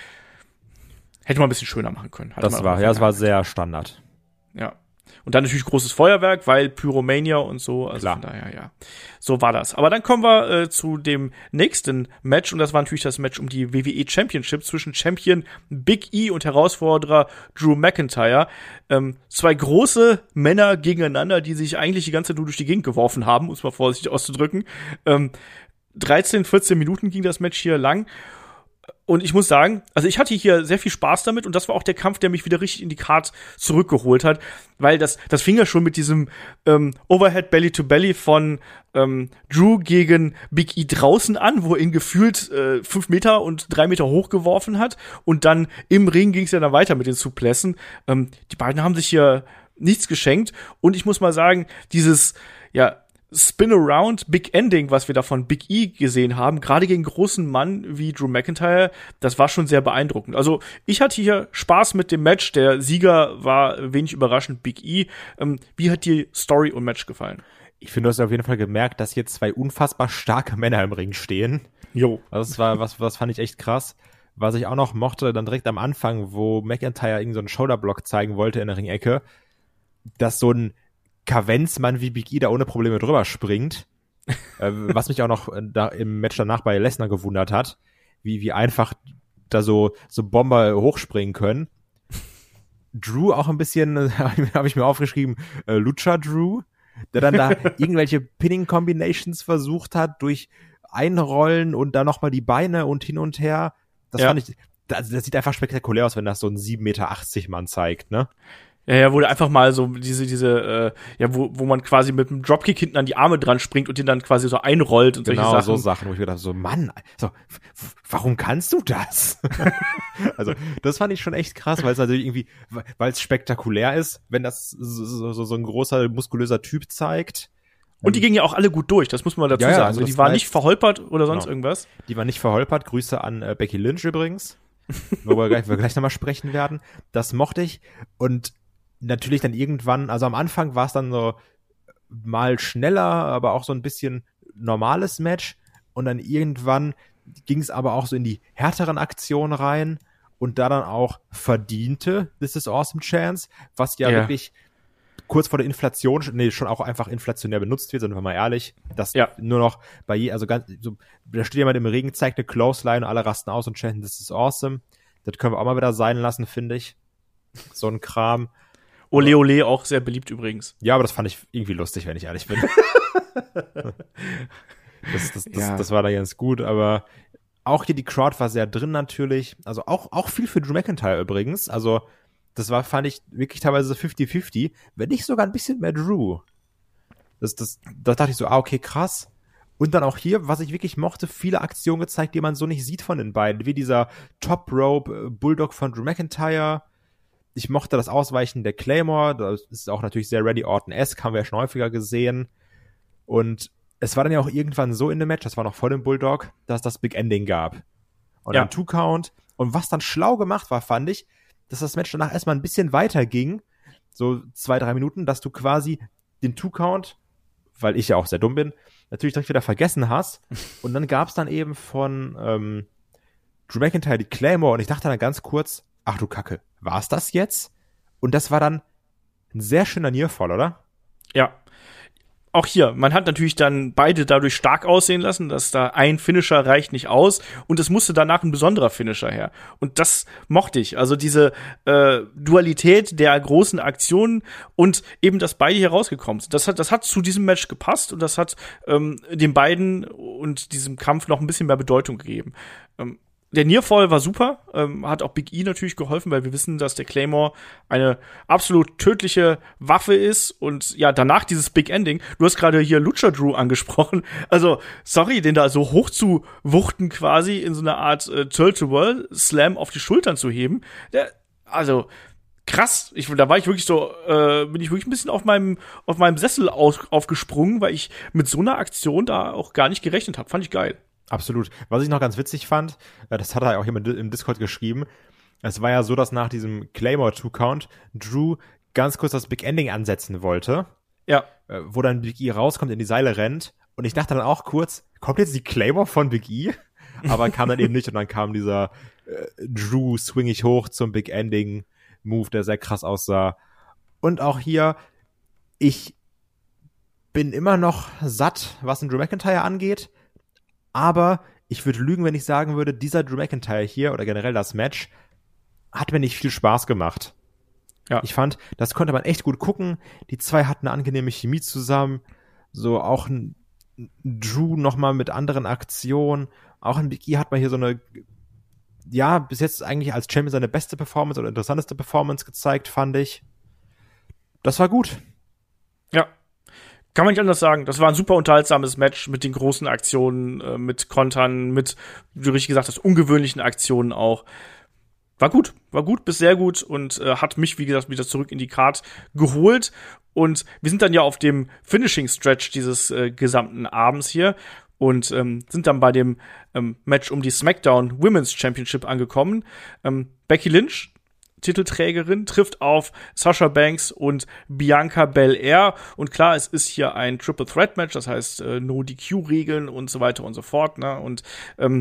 Hätte man ein bisschen schöner machen können. Das war, ja, das war sehr Standard. Ja. Und dann natürlich großes Feuerwerk, weil Pyromania und so. Also Klar. Von daher, ja. So war das. Aber dann kommen wir äh, zu dem nächsten Match. Und das war natürlich das Match um die W W E Championship zwischen Champion Big E und Herausforderer Drew McIntyre. Ähm, zwei große Männer gegeneinander, die sich eigentlich die ganze Zeit nur durch die Gegend geworfen haben, um es mal vorsichtig auszudrücken. Ähm, dreizehn, vierzehn Minuten ging das Match hier lang. Und ich muss sagen, also ich hatte hier sehr viel Spaß damit und das war auch der Kampf, der mich wieder richtig in die Card zurückgeholt hat, weil das das fing ja schon mit diesem ähm, Overhead Belly to Belly von ähm, Drew gegen Big E draußen an, wo er ihn gefühlt äh, fünf Meter und drei Meter hochgeworfen hat und dann im Ring ging es ja dann weiter mit den Suplessen. Ähm, die beiden haben sich hier nichts geschenkt und ich muss mal sagen, dieses, ja, Spin-Around Big Ending, was wir da von Big E gesehen haben, gerade gegen großen Mann wie Drew McIntyre, das war schon sehr beeindruckend. Also ich hatte hier Spaß mit dem Match. Der Sieger war wenig überraschend Big E. Ähm, wie hat dir Story und Match gefallen? Ich finde, du hast auf jeden Fall gemerkt, dass hier zwei unfassbar starke Männer im Ring stehen. Jo. Also das war, was, was fand ich echt krass. Was ich auch noch mochte, dann direkt am Anfang, wo McIntyre irgend so einen Shoulderblock zeigen wollte in der Ringecke, dass so ein Kavenzmann wie Big E da ohne Probleme drüber springt. äh, was mich auch noch da im Match danach bei Lesnar gewundert hat, wie, wie einfach da so, so Bomber hochspringen können. Drew auch ein bisschen, habe ich mir aufgeschrieben, äh, Lucha Drew, der dann da irgendwelche Pinning-Combinations versucht hat, durch Einrollen und dann nochmal die Beine und hin und her. Das ja. fand ich, das, das sieht einfach spektakulär aus, wenn das so ein sieben Meter achtzig Mann zeigt, ne? Ja, ja, wo der einfach mal so diese, diese, äh, ja, wo, wo man quasi mit einem Dropkick hinten an die Arme dran springt und den dann quasi so einrollt und genau, solche Sachen. Genau, so Sachen, wo ich mir dachte, so, Mann, so, w- warum kannst du das? Also, das fand ich schon echt krass, weil es natürlich irgendwie, weil es spektakulär ist, wenn das so, so, so ein großer, muskulöser Typ zeigt. Und die gingen ja auch alle gut durch, das muss man dazu ja, ja, sagen. also Also die das waren war nicht jetzt- verholpert oder sonst Genau. irgendwas. Die war nicht verholpert. Grüße an äh, Becky Lynch übrigens, worüber wir gleich, wir gleich nochmal sprechen werden. Das mochte ich. Und natürlich dann irgendwann, also am Anfang war es dann so mal schneller, aber auch so ein bisschen normales Match. Und dann irgendwann ging es aber auch so in die härteren Aktionen rein und da dann auch verdiente This is Awesome Chance, was ja, Ja. wirklich kurz vor der Inflation, nee, schon auch einfach inflationär benutzt wird, sind wir mal ehrlich, dass Ja. nur noch bei je, also ganz, so, da steht jemand im Regen, zeigt eine Clothesline und alle rasten aus und chanten, this is awesome. Das können wir auch mal wieder sein lassen, finde ich. So ein Kram. Ole Ole auch sehr beliebt übrigens. Ja, aber das fand ich irgendwie lustig, wenn ich ehrlich bin. das, das, das, Ja. das war da ganz gut, aber auch hier die Crowd war sehr drin natürlich. Also auch, auch viel für Drew McIntyre übrigens. Also das war, fand ich wirklich teilweise fifty fifty, wenn nicht sogar ein bisschen mehr Drew. Das, das, da dachte ich so, ah, okay, krass. Und dann auch hier, was ich wirklich mochte, viele Aktionen gezeigt, die man so nicht sieht von den beiden. Wie dieser Top Rope äh, Bulldog von Drew McIntyre. Ich mochte das Ausweichen der Claymore. Das ist auch natürlich sehr Randy Orton-esque, haben wir ja schon häufiger gesehen. Und es war dann ja auch irgendwann so in dem Match, das war noch vor dem Bulldog, dass es das Big Ending gab. Und Ja. dann Two-Count. Und was dann schlau gemacht war, fand ich, dass das Match danach erstmal ein bisschen weiter ging, so zwei, drei Minuten, dass du quasi den Two-Count, weil ich ja auch sehr dumm bin, natürlich direkt wieder vergessen hast. Und dann gab's dann eben von ähm, Drew McIntyre die Claymore und ich dachte dann ganz kurz, ach du Kacke, war's das jetzt? Und das war dann ein sehr schöner Nearfall, oder? Ja. Auch hier, man hat natürlich dann beide dadurch stark aussehen lassen, dass da ein Finisher reicht nicht aus und es musste danach ein besonderer Finisher her. Und das mochte ich. Also diese äh, Dualität der großen Aktionen und eben, dass beide hier rausgekommen sind. Das hat, das hat zu diesem Match gepasst und das hat ähm, den beiden und diesem Kampf noch ein bisschen mehr Bedeutung gegeben. Ähm, Der Nearfall war super, ähm, hat auch Big E natürlich geholfen, weil wir wissen, dass der Claymore eine absolut tödliche Waffe ist und ja, danach dieses Big Ending. Du hast gerade hier Lucha Drew angesprochen, also sorry, den da so hoch zu wuchten quasi in so einer Art äh, Turtle-to-World-Slam auf die Schultern zu heben, der, also krass, ich, da war ich wirklich so, äh, bin ich wirklich ein bisschen auf meinem auf meinem Sessel auf, aufgesprungen, weil ich mit so einer Aktion da auch gar nicht gerechnet habe, fand ich geil. Absolut. Was ich noch ganz witzig fand, das hat er auch jemand im Discord geschrieben, es war ja so, dass nach diesem Claymore Two-Count Drew ganz kurz das Big Ending ansetzen wollte. Ja. Wo dann Big E rauskommt, in die Seile rennt. Und ich dachte dann auch kurz, kommt jetzt die Claymore von Big E? Aber kam dann eben nicht und dann kam dieser äh, Drew swing ich hoch zum Big Ending Move, der sehr krass aussah. Und auch hier, ich bin immer noch satt, was den Drew McIntyre angeht. Aber ich würde lügen, wenn ich sagen würde, dieser Drew McIntyre hier oder generell das Match hat mir nicht viel Spaß gemacht. Ja. Ich fand, das konnte man echt gut gucken. Die zwei hatten eine angenehme Chemie zusammen. So auch ein Drew nochmal mit anderen Aktionen. Auch ein Big E hat mal hier so eine, ja, bis jetzt eigentlich als Champion seine beste Performance oder interessanteste Performance gezeigt, fand ich. Das war gut. Ja. Kann man nicht anders sagen. Das war ein super unterhaltsames Match mit den großen Aktionen, äh, mit Kontern, mit, wie du richtig gesagt hast, ungewöhnlichen Aktionen auch. War gut, war gut bis sehr gut und äh, hat mich, wie gesagt, wieder zurück in die Card geholt. Und wir sind dann ja auf dem Finishing-Stretch dieses äh, gesamten Abends hier und ähm, sind dann bei dem ähm, Match um die SmackDown Women's Championship angekommen. Ähm, Becky Lynch, Titelträgerin, trifft auf Sasha Banks und Bianca Belair. Und klar, es ist hier ein Triple Threat Match, das heißt äh, No-D Q-Regeln und so weiter und so fort. Ne? Und ähm,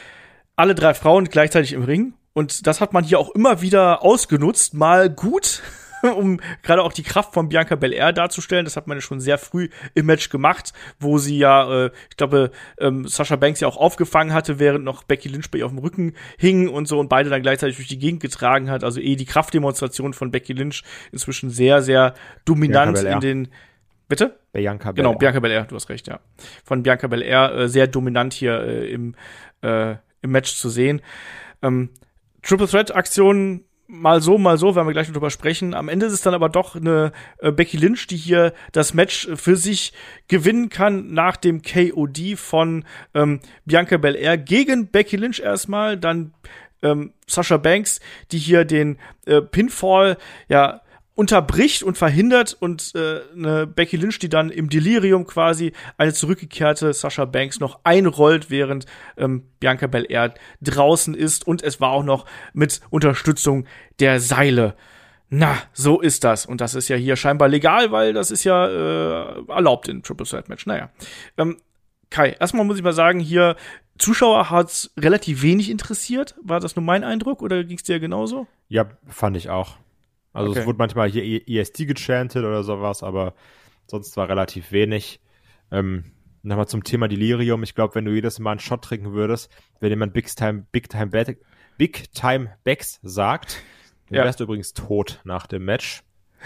alle drei Frauen gleichzeitig im Ring. Und das hat man hier auch immer wieder ausgenutzt, mal gut, um gerade auch die Kraft von Bianca Belair darzustellen. Das hat man ja schon sehr früh im Match gemacht, wo sie ja, äh, ich glaube, ähm, Sasha Banks ja auch aufgefangen hatte, während noch Becky Lynch bei ihr auf dem Rücken hing und so und beide dann gleichzeitig durch die Gegend getragen hat. Also eh die Kraftdemonstration von Becky Lynch inzwischen sehr, sehr dominant in den Bitte? Bianca Belair. Genau, Bianca Belair, du hast recht, ja. Von Bianca Belair äh, sehr dominant hier äh, im, äh, im Match zu sehen. Ähm, Triple Threat Aktionen mal so, mal so, werden wir gleich noch drüber sprechen. Am Ende ist es dann aber doch eine äh, Becky Lynch, die hier das Match für sich gewinnen kann nach dem K O D von ähm, Bianca Belair gegen Becky Lynch erstmal, dann ähm, Sasha Banks, die hier den äh, Pinfall ja unterbricht und verhindert und äh, eine Becky Lynch, die dann im Delirium quasi eine zurückgekehrte Sasha Banks noch einrollt, während ähm, Bianca Belair draußen ist und es war auch noch mit Unterstützung der Seile. Na, so ist das. Und das ist ja hier scheinbar legal, weil das ist ja äh, erlaubt in Triple Threat Match. Naja. Ähm, Kai, erstmal muss ich mal sagen, hier Zuschauer hat's relativ wenig interessiert. War das nur mein Eindruck oder ging's dir genauso? Ja, fand ich auch. Also Okay. Es wurde manchmal hier E S T gechantet oder sowas, aber sonst war relativ wenig. Ähm, Nochmal zum Thema Delirium. Ich glaube, wenn du jedes Mal einen Shot trinken würdest, wenn jemand Big Time, Big Time, Back, Big Time Backs sagt, dann Ja. wärst du übrigens tot nach dem Match.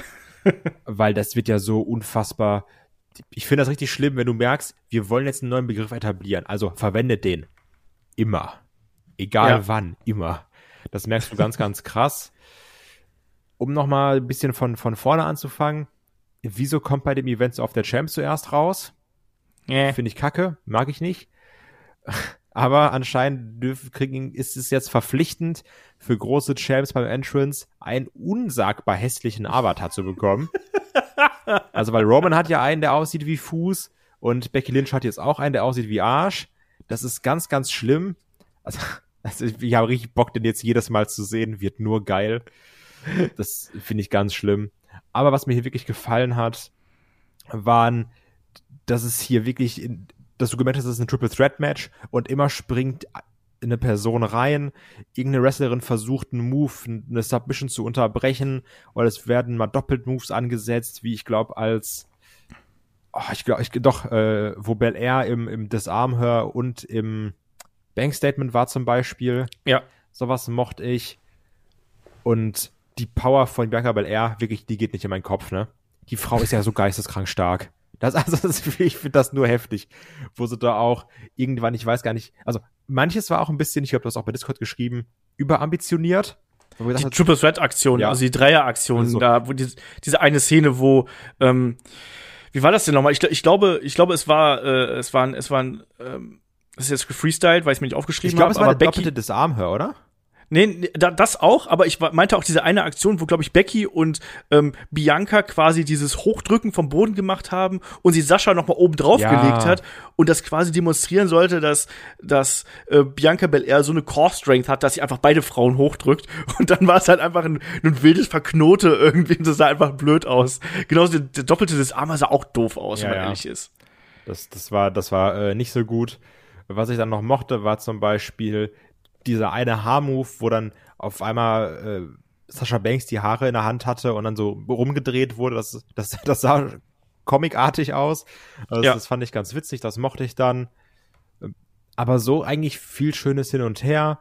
Weil das wird ja so unfassbar. Ich finde das richtig schlimm, wenn du merkst, wir wollen jetzt einen neuen Begriff etablieren. Also verwende den. Immer. Egal Ja. wann. Immer. Das merkst du ganz, ganz krass. Um nochmal ein bisschen von, von vorne anzufangen, wieso kommt bei dem Event so oft der Champ zuerst raus? Nee. Finde ich kacke, mag ich nicht. Aber anscheinend dürfen, kriegen, ist es jetzt verpflichtend für große Champs beim Entrance einen unsagbar hässlichen Avatar zu bekommen. Also weil Roman hat ja einen, der aussieht wie Fuß und Becky Lynch hat jetzt auch einen, der aussieht wie Arsch. Das ist ganz, ganz schlimm. Also, also ich habe richtig Bock, den jetzt jedes Mal zu sehen, wird nur geil. Das finde ich ganz schlimm. Aber was mir hier wirklich gefallen hat, waren, dass es hier wirklich, in, dass du gemerkt hast, es ist ein Triple Threat Match und immer springt eine Person rein, irgendeine Wrestlerin versucht einen Move, eine Submission zu unterbrechen, oder es werden mal doppelt Moves angesetzt, wie ich glaube als oh, ich glaube, ich doch, äh, wo Belair im, im Disarm-Her und im Bank-Statement war zum Beispiel. Ja. Sowas mochte ich. Und die Power von Bianca Belair, wirklich, die geht nicht in meinen Kopf, ne? Die Frau ist ja so geisteskrank stark. Das, also, das, ich finde das nur heftig. Wo sie da auch irgendwann, ich weiß gar nicht, also, manches war auch ein bisschen, ich glaube, du hast auch bei Discord geschrieben, überambitioniert. Die hat, Triple Threat Aktion, ja. Also die Dreier-Aktion, also. da, wo die, diese eine Szene, wo, ähm, wie war das denn nochmal? Ich, ich glaube, ich glaube, es war, äh, es waren, es waren, ähm, das ist jetzt gefreestylt, weil ich es mir nicht aufgeschrieben habe. Ich glaube, es war der doppelte Disarm-Her, oder? Nee, das auch, aber ich meinte auch diese eine Aktion, wo, glaube ich, Becky und ähm, Bianca quasi dieses Hochdrücken vom Boden gemacht haben und sie Sascha noch mal oben drauf ja. gelegt hat und das quasi demonstrieren sollte, dass, dass äh, Bianca Belair so eine Core-Strength hat, dass sie einfach beide Frauen hochdrückt und dann war es halt einfach ein, ein wildes Verknote irgendwie, das sah einfach blöd aus. Genauso der, der doppelte Disarmer sah auch doof aus, ja, wenn man ja. ehrlich ist. Das, das war, das war äh, nicht so gut. Was ich dann noch mochte, war zum Beispiel dieser eine Haarmove, wo dann auf einmal äh, Sasha Banks die Haare in der Hand hatte und dann so rumgedreht wurde. Das, das, das sah comicartig aus. Also ja. das, das fand ich ganz witzig, das mochte ich dann. Aber so eigentlich viel Schönes hin und her.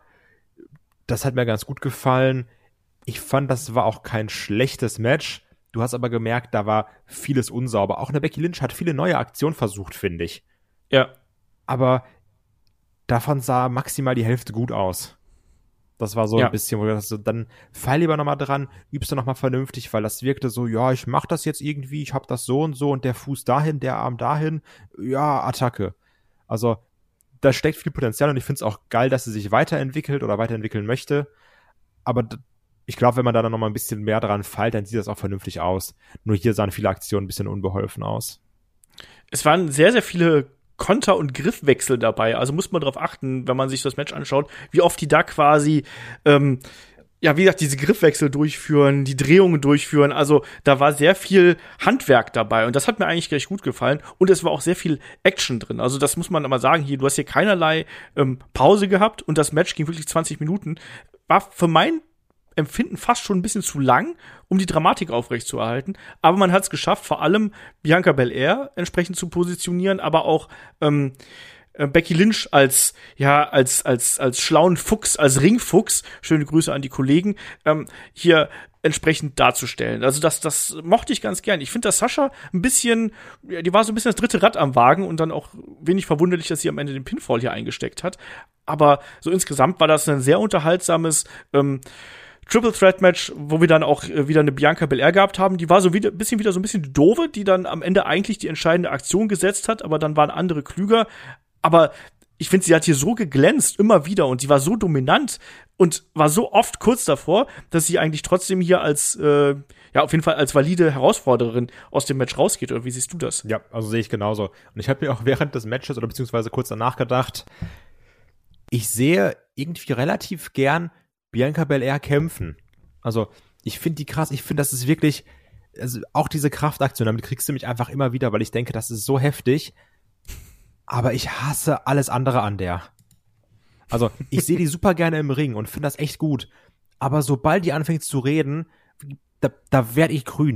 Das hat mir ganz gut gefallen. Ich fand, das war auch kein schlechtes Match. Du hast aber gemerkt, da war vieles unsauber. Auch eine Becky Lynch hat viele neue Aktionen versucht, finde ich. Ja. Aber davon sah maximal die Hälfte gut aus. Das war so ja. ein bisschen, wo du dachtest, dann fall lieber nochmal dran, übst du nochmal vernünftig, weil das wirkte so, ja, ich mach das jetzt irgendwie, ich hab das so und so und der Fuß dahin, der Arm dahin, ja, Attacke. Also, da steckt viel Potenzial und ich finde es auch geil, dass sie sich weiterentwickelt oder weiterentwickeln möchte. Aber d- ich glaube, wenn man da dann nochmal ein bisschen mehr dran fällt, dann sieht das auch vernünftig aus. Nur hier sahen viele Aktionen ein bisschen unbeholfen aus. Es waren sehr, sehr viele Konter- und Griffwechsel dabei. Also muss man darauf achten, wenn man sich das Match anschaut, wie oft die da quasi, ähm, ja, wie gesagt, diese Griffwechsel durchführen, die Drehungen durchführen. Also da war sehr viel Handwerk dabei und das hat mir eigentlich gleich gut gefallen. Und es war auch sehr viel Action drin. Also das muss man mal sagen. Hier, du hast hier keinerlei ähm, Pause gehabt und das Match ging wirklich zwanzig Minuten. War für mein Empfinden fast schon ein bisschen zu lang, um die Dramatik aufrechtzuerhalten. Aber man hat es geschafft, vor allem Bianca Belair entsprechend zu positionieren, aber auch ähm, äh, Becky Lynch als ja als als als schlauen Fuchs, als Ringfuchs. Schöne Grüße an die Kollegen. Ähm, hier entsprechend darzustellen. Also das das mochte ich ganz gern. Ich finde, dass Sascha ein bisschen, ja, die war so ein bisschen das dritte Rad am Wagen und dann auch wenig verwunderlich, dass sie am Ende den Pinfall hier eingesteckt hat. Aber so insgesamt war das ein sehr unterhaltsames ähm, Triple Threat Match, wo wir dann auch äh, wieder eine Bianca Belair gehabt haben. Die war so wieder bisschen wieder so ein bisschen die Doofe, die dann am Ende eigentlich die entscheidende Aktion gesetzt hat, aber dann waren andere klüger. Aber ich finde, sie hat hier so geglänzt immer wieder und sie war so dominant und war so oft kurz davor, dass sie eigentlich trotzdem hier als äh, ja auf jeden Fall als valide Herausforderin aus dem Match rausgeht. Oder wie siehst du das? Ja, also sehe ich genauso. Und ich habe mir auch während des Matches oder beziehungsweise kurz danach gedacht, ich sehe irgendwie relativ gern Bianca Belair kämpfen. Also, ich finde die krass, ich finde, das ist wirklich, also auch diese Kraftaktion, damit kriegst du mich einfach immer wieder, weil ich denke, das ist so heftig, aber ich hasse alles andere an der. Also, ich sehe die super gerne im Ring und finde das echt gut, aber sobald die anfängt zu reden, da, da werde ich grün.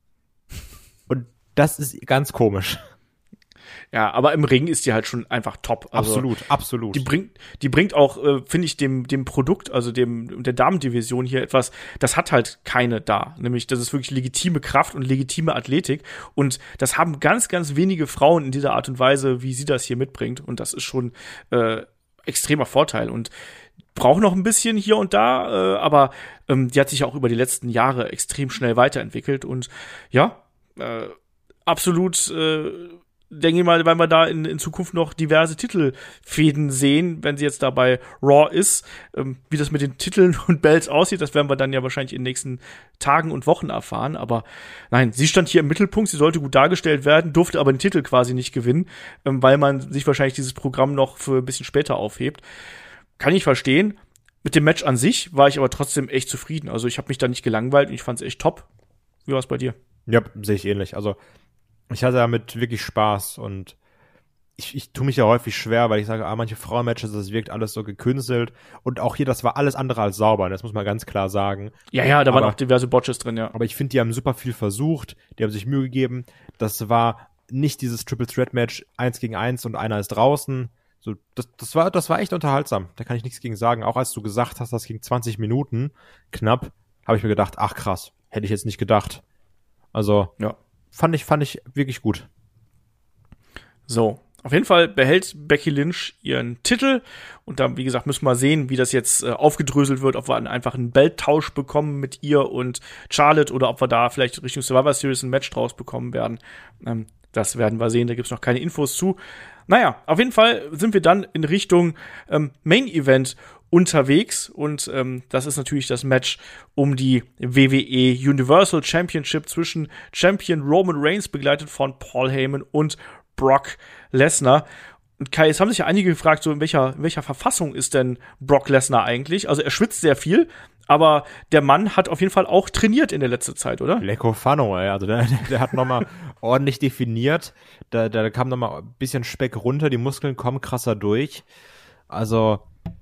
Und das ist ganz komisch. Ja, aber im Ring ist die halt schon einfach top. Also absolut, absolut. Die bringt, die bringt auch, äh, finde ich, dem, dem Produkt, also dem, der Damendivision hier etwas, das hat halt keine da. Nämlich, das ist wirklich legitime Kraft und legitime Athletik. Und das haben ganz, ganz wenige Frauen in dieser Art und Weise, wie sie das hier mitbringt. Und das ist schon, äh, extremer Vorteil. Und braucht noch ein bisschen hier und da, äh, aber ähm, die hat sich auch über die letzten Jahre extrem schnell weiterentwickelt. Und ja, äh, absolut, äh, denke ich mal, weil wir da in, in Zukunft noch diverse Titelfäden sehen, wenn sie jetzt da bei Raw ist. Ähm, wie das mit den Titeln und Belts aussieht, das werden wir dann ja wahrscheinlich in den nächsten Tagen und Wochen erfahren. Aber nein, sie stand hier im Mittelpunkt, sie sollte gut dargestellt werden, durfte aber den Titel quasi nicht gewinnen, ähm, weil man sich wahrscheinlich dieses Programm noch für ein bisschen später aufhebt. Kann ich verstehen. Mit dem Match an sich war ich aber trotzdem echt zufrieden. Also ich habe mich da nicht gelangweilt und ich fand es echt top. Wie war es bei dir? Ja, sehe ich ähnlich. Also ich hatte damit wirklich Spaß und ich, ich tue mich ja häufig schwer, weil ich sage, ah, manche Frauenmatches, das wirkt alles so gekünstelt und auch hier, das war alles andere als sauber, das muss man ganz klar sagen. Ja, ja, da aber, waren auch diverse Botches drin, ja. Aber ich finde, die haben super viel versucht, die haben sich Mühe gegeben. Das war nicht dieses Triple Threat Match eins gegen eins und einer ist draußen. So, das, das war, das war echt unterhaltsam. Da kann ich nichts gegen sagen. Auch als du gesagt hast, das ging zwanzig Minuten knapp, habe ich mir gedacht, ach krass, hätte ich jetzt nicht gedacht. Also, ja. fand ich, fand ich wirklich gut. So. Auf jeden Fall behält Becky Lynch ihren Titel und da, wie gesagt, müssen wir sehen, wie das jetzt äh, aufgedröselt wird, ob wir einfach einen Belttausch bekommen mit ihr und Charlotte oder ob wir da vielleicht Richtung Survivor Series ein Match draus bekommen werden. Ähm, das werden wir sehen, da gibt's noch keine Infos zu. Naja, auf jeden Fall sind wir dann in Richtung ähm, Main Event unterwegs und ähm, das ist natürlich das Match um die W W E Universal Championship zwischen Champion Roman Reigns, begleitet von Paul Heyman, und Brock Lesnar. Und Kai, es haben sich ja einige gefragt, so in welcher, in welcher Verfassung ist denn Brock Lesnar eigentlich? Also er schwitzt sehr viel, aber der Mann hat auf jeden Fall auch trainiert in der letzten Zeit, oder? Lecko Fano, ey. Also der, der hat nochmal ordentlich definiert. Da, da kam nochmal ein bisschen Speck runter, die Muskeln kommen krasser durch. Also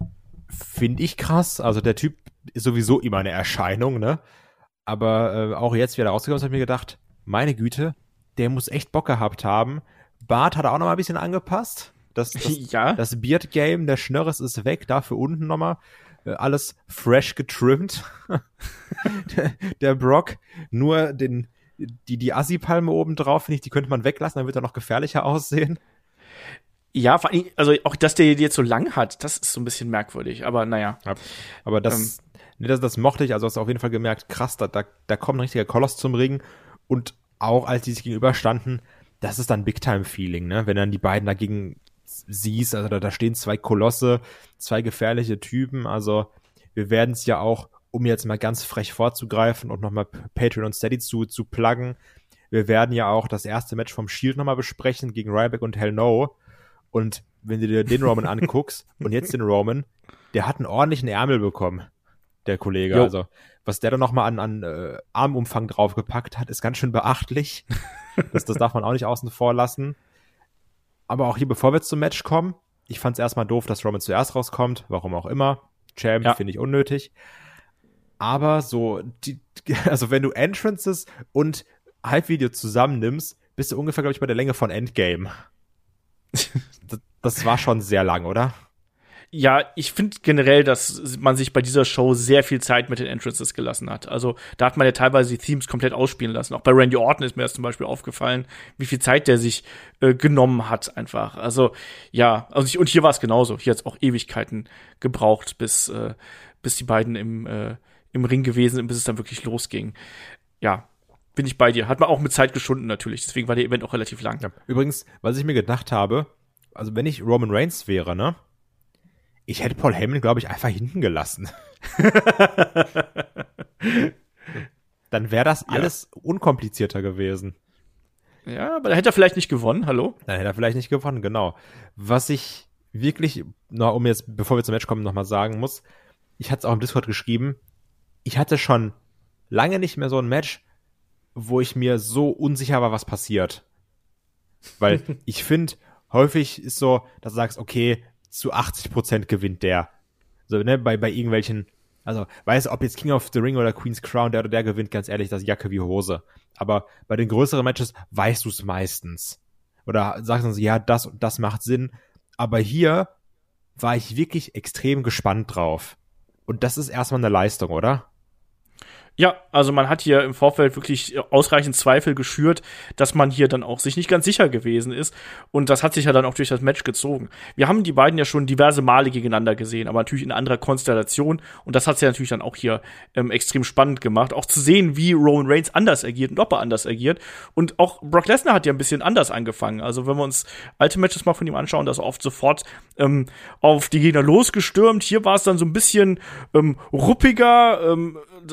finde ich krass. Also der Typ ist sowieso immer eine Erscheinung, ne? Aber äh, auch jetzt, wie er rausgekommen ist, habe ich mir gedacht, meine Güte, der muss echt Bock gehabt haben. Bart hat er auch noch mal ein bisschen angepasst. Das, das, ja. das Beard-Game, der Schnörres ist weg, dafür unten noch mal äh, alles fresh getrimmt. der, der Brock, nur den, die, die Assi-Palme oben drauf, finde ich, die könnte man weglassen, dann wird er noch gefährlicher aussehen. Ja, vor allem, also auch, dass der die jetzt so lang hat, das ist so ein bisschen merkwürdig, aber naja. Ja, aber das, ähm, nee, das, das mochte ich, also hast du auf jeden Fall gemerkt, krass, da, da, da kommt ein richtiger Koloss zum Ring und auch als die sich gegenüberstanden, das ist dann Big-Time-Feeling, ne? Wenn dann die beiden dagegen siehst, also da, da stehen zwei Kolosse, zwei gefährliche Typen, also wir werden es ja auch, um jetzt mal ganz frech vorzugreifen und nochmal Patreon und Steady zu, zu pluggen, wir werden ja auch das erste Match vom Shield nochmal besprechen gegen Ryback und Hell No, und wenn du dir den Roman anguckst und jetzt den Roman, der hat einen ordentlichen Ärmel bekommen, der Kollege, jo. Also was der da nochmal an, an äh, Armumfang draufgepackt hat, ist ganz schön beachtlich. Das, das darf man auch nicht außen vor lassen. Aber auch hier, bevor wir zum Match kommen, ich fand es erstmal doof, dass Roman zuerst rauskommt, warum auch immer. Champ ja. Finde ich unnötig. Aber so, die, also wenn du Entrances und Halbvideo zusammennimmst, bist du ungefähr, glaube ich, bei der Länge von Endgame. das, das war schon sehr lang, oder? Ja, ich finde generell, dass man sich bei dieser Show sehr viel Zeit mit den Entrances gelassen hat. Also da hat man ja teilweise die Themes komplett ausspielen lassen. Auch bei Randy Orton ist mir das zum Beispiel aufgefallen, wie viel Zeit der sich äh, genommen hat einfach. Also ja, also ich, und hier war es genauso. Hier hat es auch Ewigkeiten gebraucht, bis äh, bis die beiden im äh, im Ring gewesen sind, bis es dann wirklich losging. Ja, bin ich bei dir. Hat man auch mit Zeit geschunden natürlich. Deswegen war der Event auch relativ lang. Ja. Übrigens, was ich mir gedacht habe, also wenn ich Roman Reigns wäre, ne? Ich hätte Paul Heyman, glaube ich, einfach hinten gelassen. Dann wäre das alles ja. unkomplizierter gewesen. Ja, aber da hätte er vielleicht nicht gewonnen, hallo? Dann hätte er vielleicht nicht gewonnen, genau. Was ich wirklich, noch, um jetzt, bevor wir zum Match kommen, nochmal sagen muss, ich hatte es auch im Discord geschrieben, ich hatte schon lange nicht mehr so ein Match, wo ich mir so unsicher war, was passiert. Weil ich finde, häufig ist so, dass du sagst, okay, zu achtzig Prozent gewinnt der. So, ne, bei, bei irgendwelchen, also, weiß, ob jetzt King of the Ring oder Queen's Crown, der oder der gewinnt, ganz ehrlich, das ist Jacke wie Hose. Aber bei den größeren Matches weißt du es meistens. Oder sagst du so, ja, das und das macht Sinn. Aber hier war ich wirklich extrem gespannt drauf. Und das ist erstmal eine Leistung, oder? Ja, also man hat hier im Vorfeld wirklich ausreichend Zweifel geschürt, dass man hier dann auch sich nicht ganz sicher gewesen ist. Und das hat sich ja dann auch durch das Match gezogen. Wir haben die beiden ja schon diverse Male gegeneinander gesehen, aber natürlich in anderer Konstellation. Und das hat es ja natürlich dann auch hier ähm, extrem spannend gemacht, auch zu sehen, wie Roman Reigns anders agiert und ob er anders agiert. Und auch Brock Lesnar hat ja ein bisschen anders angefangen. Also wenn wir uns alte Matches mal von ihm anschauen, da ist er oft sofort ähm, auf die Gegner losgestürmt. Hier war es dann so ein bisschen ähm, ruppiger. Ähm, das Lesnar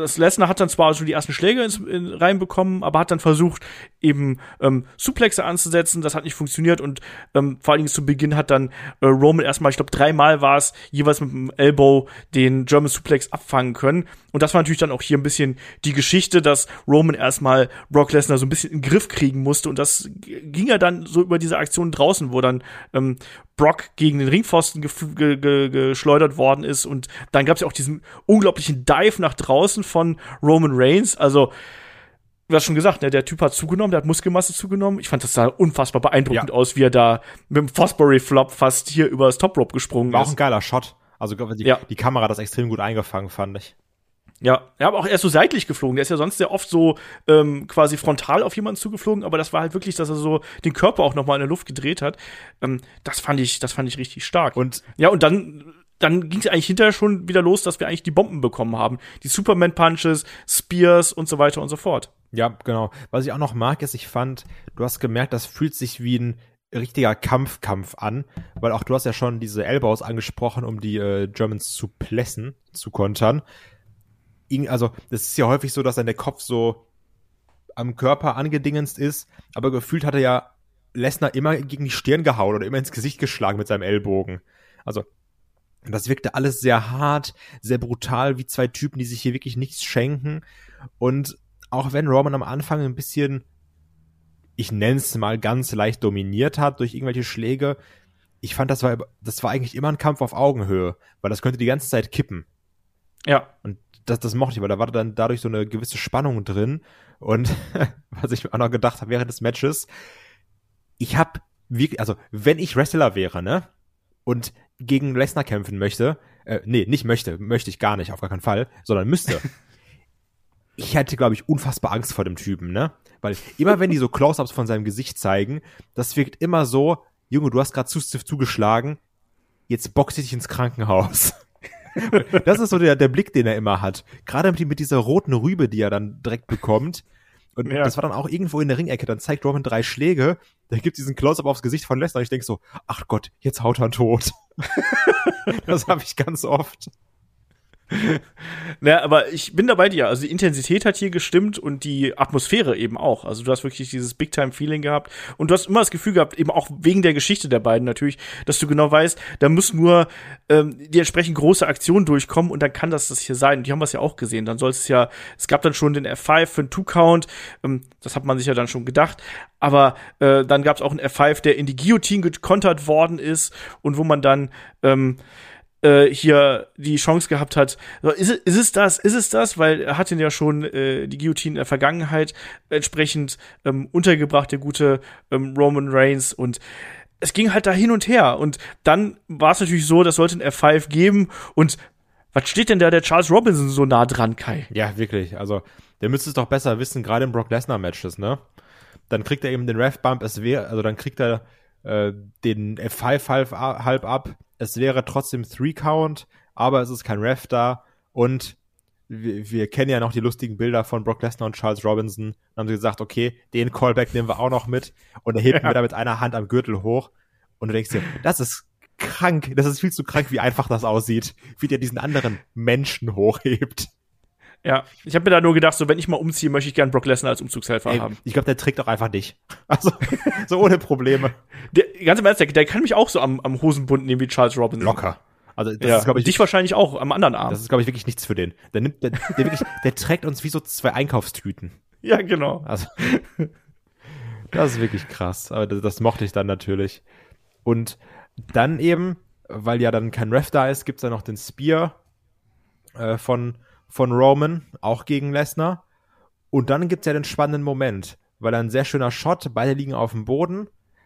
hat dann zwar schon die ersten Schläge ins, in, reinbekommen, aber hat dann versucht, eben ähm, Suplexe anzusetzen. Das hat nicht funktioniert und ähm, vor allen Dingen zu Beginn hat dann äh, Roman erstmal, ich glaube dreimal war es, jeweils mit dem Elbow den German Suplex abfangen können. Und das war natürlich dann auch hier ein bisschen die Geschichte, dass Roman erstmal Brock Lesnar so ein bisschen in den Griff kriegen musste. Und das ging ja dann so über diese Aktion draußen, wo dann ähm, Brock gegen den Ringpfosten ge- ge- ge- geschleudert worden ist. Und dann gab es ja auch diesen unglaublichen Dive nach draußen von Roman Reigns. Also, du hast schon gesagt, ne, der Typ hat zugenommen, der hat Muskelmasse zugenommen. Ich fand, das sah unfassbar beeindruckend ja. aus, wie er da mit dem Fosbury-Flop fast hier über das Top Rope gesprungen War ist. auch ein geiler Shot. Also die, ja. die Kamera hat das extrem gut eingefangen, fand ich. Ja, ja, aber auch er ist so seitlich geflogen. Der ist ja sonst sehr oft so ähm, quasi frontal auf jemanden zugeflogen, aber das war halt wirklich, dass er so den Körper auch noch mal in der Luft gedreht hat. Ähm, das fand ich, das fand ich richtig stark. Und ja, und dann dann ging es eigentlich hinterher schon wieder los, dass wir eigentlich die Bomben bekommen haben. Die Superman-Punches, Spears und so weiter und so fort. Ja, genau. Was ich auch noch mag, ist, ich fand, du hast gemerkt, das fühlt sich wie ein richtiger Kampfkampf an, weil auch du hast ja schon diese Elbows angesprochen, um die äh, Germans zu plessen, zu kontern. Also, das ist ja häufig so, dass dann der Kopf so am Körper angedingenst ist, aber gefühlt hat er ja Lesnar immer gegen die Stirn gehauen oder immer ins Gesicht geschlagen mit seinem Ellbogen. Also, das wirkte alles sehr hart, sehr brutal, wie zwei Typen, die sich hier wirklich nichts schenken. Und auch wenn Roman am Anfang ein bisschen, ich nenne es mal, ganz leicht dominiert hat durch irgendwelche Schläge, ich fand, das war, das war eigentlich immer ein Kampf auf Augenhöhe, weil das könnte die ganze Zeit kippen. Ja. Und das, das mochte ich, weil da war dann dadurch so eine gewisse Spannung drin. Und was ich mir auch noch gedacht habe während des Matches, ich habe wirklich, also wenn ich Wrestler wäre, ne, und gegen Lesnar kämpfen möchte, äh, nee, nicht möchte, möchte ich gar nicht, auf gar keinen Fall, sondern müsste. Ich hätte, glaube ich, unfassbar Angst vor dem Typen, ne? Weil immer wenn die so Close-Ups von seinem Gesicht zeigen, das wirkt immer so, Junge, du hast gerade zu stiff zugeschlagen, jetzt boxe ich dich ins Krankenhaus. Das ist so der, der Blick, den er immer hat. Gerade mit, mit dieser roten Rübe, die er dann direkt bekommt. Und ja. Das war dann auch irgendwo in der Ringecke. Dann zeigt Roman drei Schläge. Da gibt diesen Close-Up aufs Gesicht von Lesnar. Und ich denke so, ach Gott, jetzt haut er ihn tot. Das habe ich ganz oft. Na, aber ich bin da bei dir. Also die Intensität hat hier gestimmt und die Atmosphäre eben auch. Also du hast wirklich dieses Big-Time-Feeling gehabt und du hast immer das Gefühl gehabt, eben auch wegen der Geschichte der beiden natürlich, dass du genau weißt, da muss nur ähm, die entsprechend große Aktion durchkommen und dann kann das das hier sein. Und die haben wir es ja auch gesehen. Dann soll es ja, es gab dann schon den F fünf für einen Two-Count. Ähm, das hat man sich ja dann schon gedacht. Aber äh, dann gab es auch einen F fünf, der in die Guillotine gekontert worden ist und wo man dann ähm, hier die Chance gehabt hat, so, ist, ist es das, ist es das, weil er hat ihn ja schon äh, die Guillotine in der Vergangenheit entsprechend ähm, untergebracht, der gute ähm, Roman Reigns und es ging halt da hin und her und dann war es natürlich so, das sollte ein F fünf geben und was steht denn da der Charles Robinson so nah dran, Kai? Ja, wirklich, also der müsste es doch besser wissen, gerade im Brock Lesnar Matches, ne? Dann kriegt er eben den Ref-Bump, es wäre, also dann kriegt er äh, den F fünf halb, halb ab. Es wäre trotzdem Three-Count, aber es ist kein Ref da. Und wir, wir kennen ja noch die lustigen Bilder von Brock Lesnar und Charles Robinson. Dann haben sie gesagt, okay, den Callback nehmen wir auch noch mit. Und er hebt ja. mir da mit einer Hand am Gürtel hoch. Und du denkst dir, das ist krank. Das ist viel zu krank, wie einfach das aussieht. Wie der diesen anderen Menschen hochhebt. Ja, ich habe mir da nur gedacht, so wenn ich mal umziehe, möchte ich gerne Brock Lesnar als Umzugshelfer Ey, haben. Ich glaube, der trägt auch einfach dich. Also, so ohne Probleme. Der, ganz im Ernst, der, der kann mich auch so am, am Hosenbund nehmen wie Charles Robinson. Locker. Also, das ja, ist, glaube ich, dich wahrscheinlich auch am anderen Arm. Das ist, glaube ich, wirklich nichts für den. Der nimmt, der, der wirklich, der trägt uns wie so zwei Einkaufstüten. Ja, genau. Also, das ist wirklich krass. Aber das, das mochte ich dann natürlich. Und dann eben, weil ja dann kein Ref da ist, gibt's dann noch den Spear äh, von von Roman, auch gegen Lesnar. Und dann gibt's ja den spannenden Moment, weil ein sehr schöner Shot, beide liegen auf dem Boden.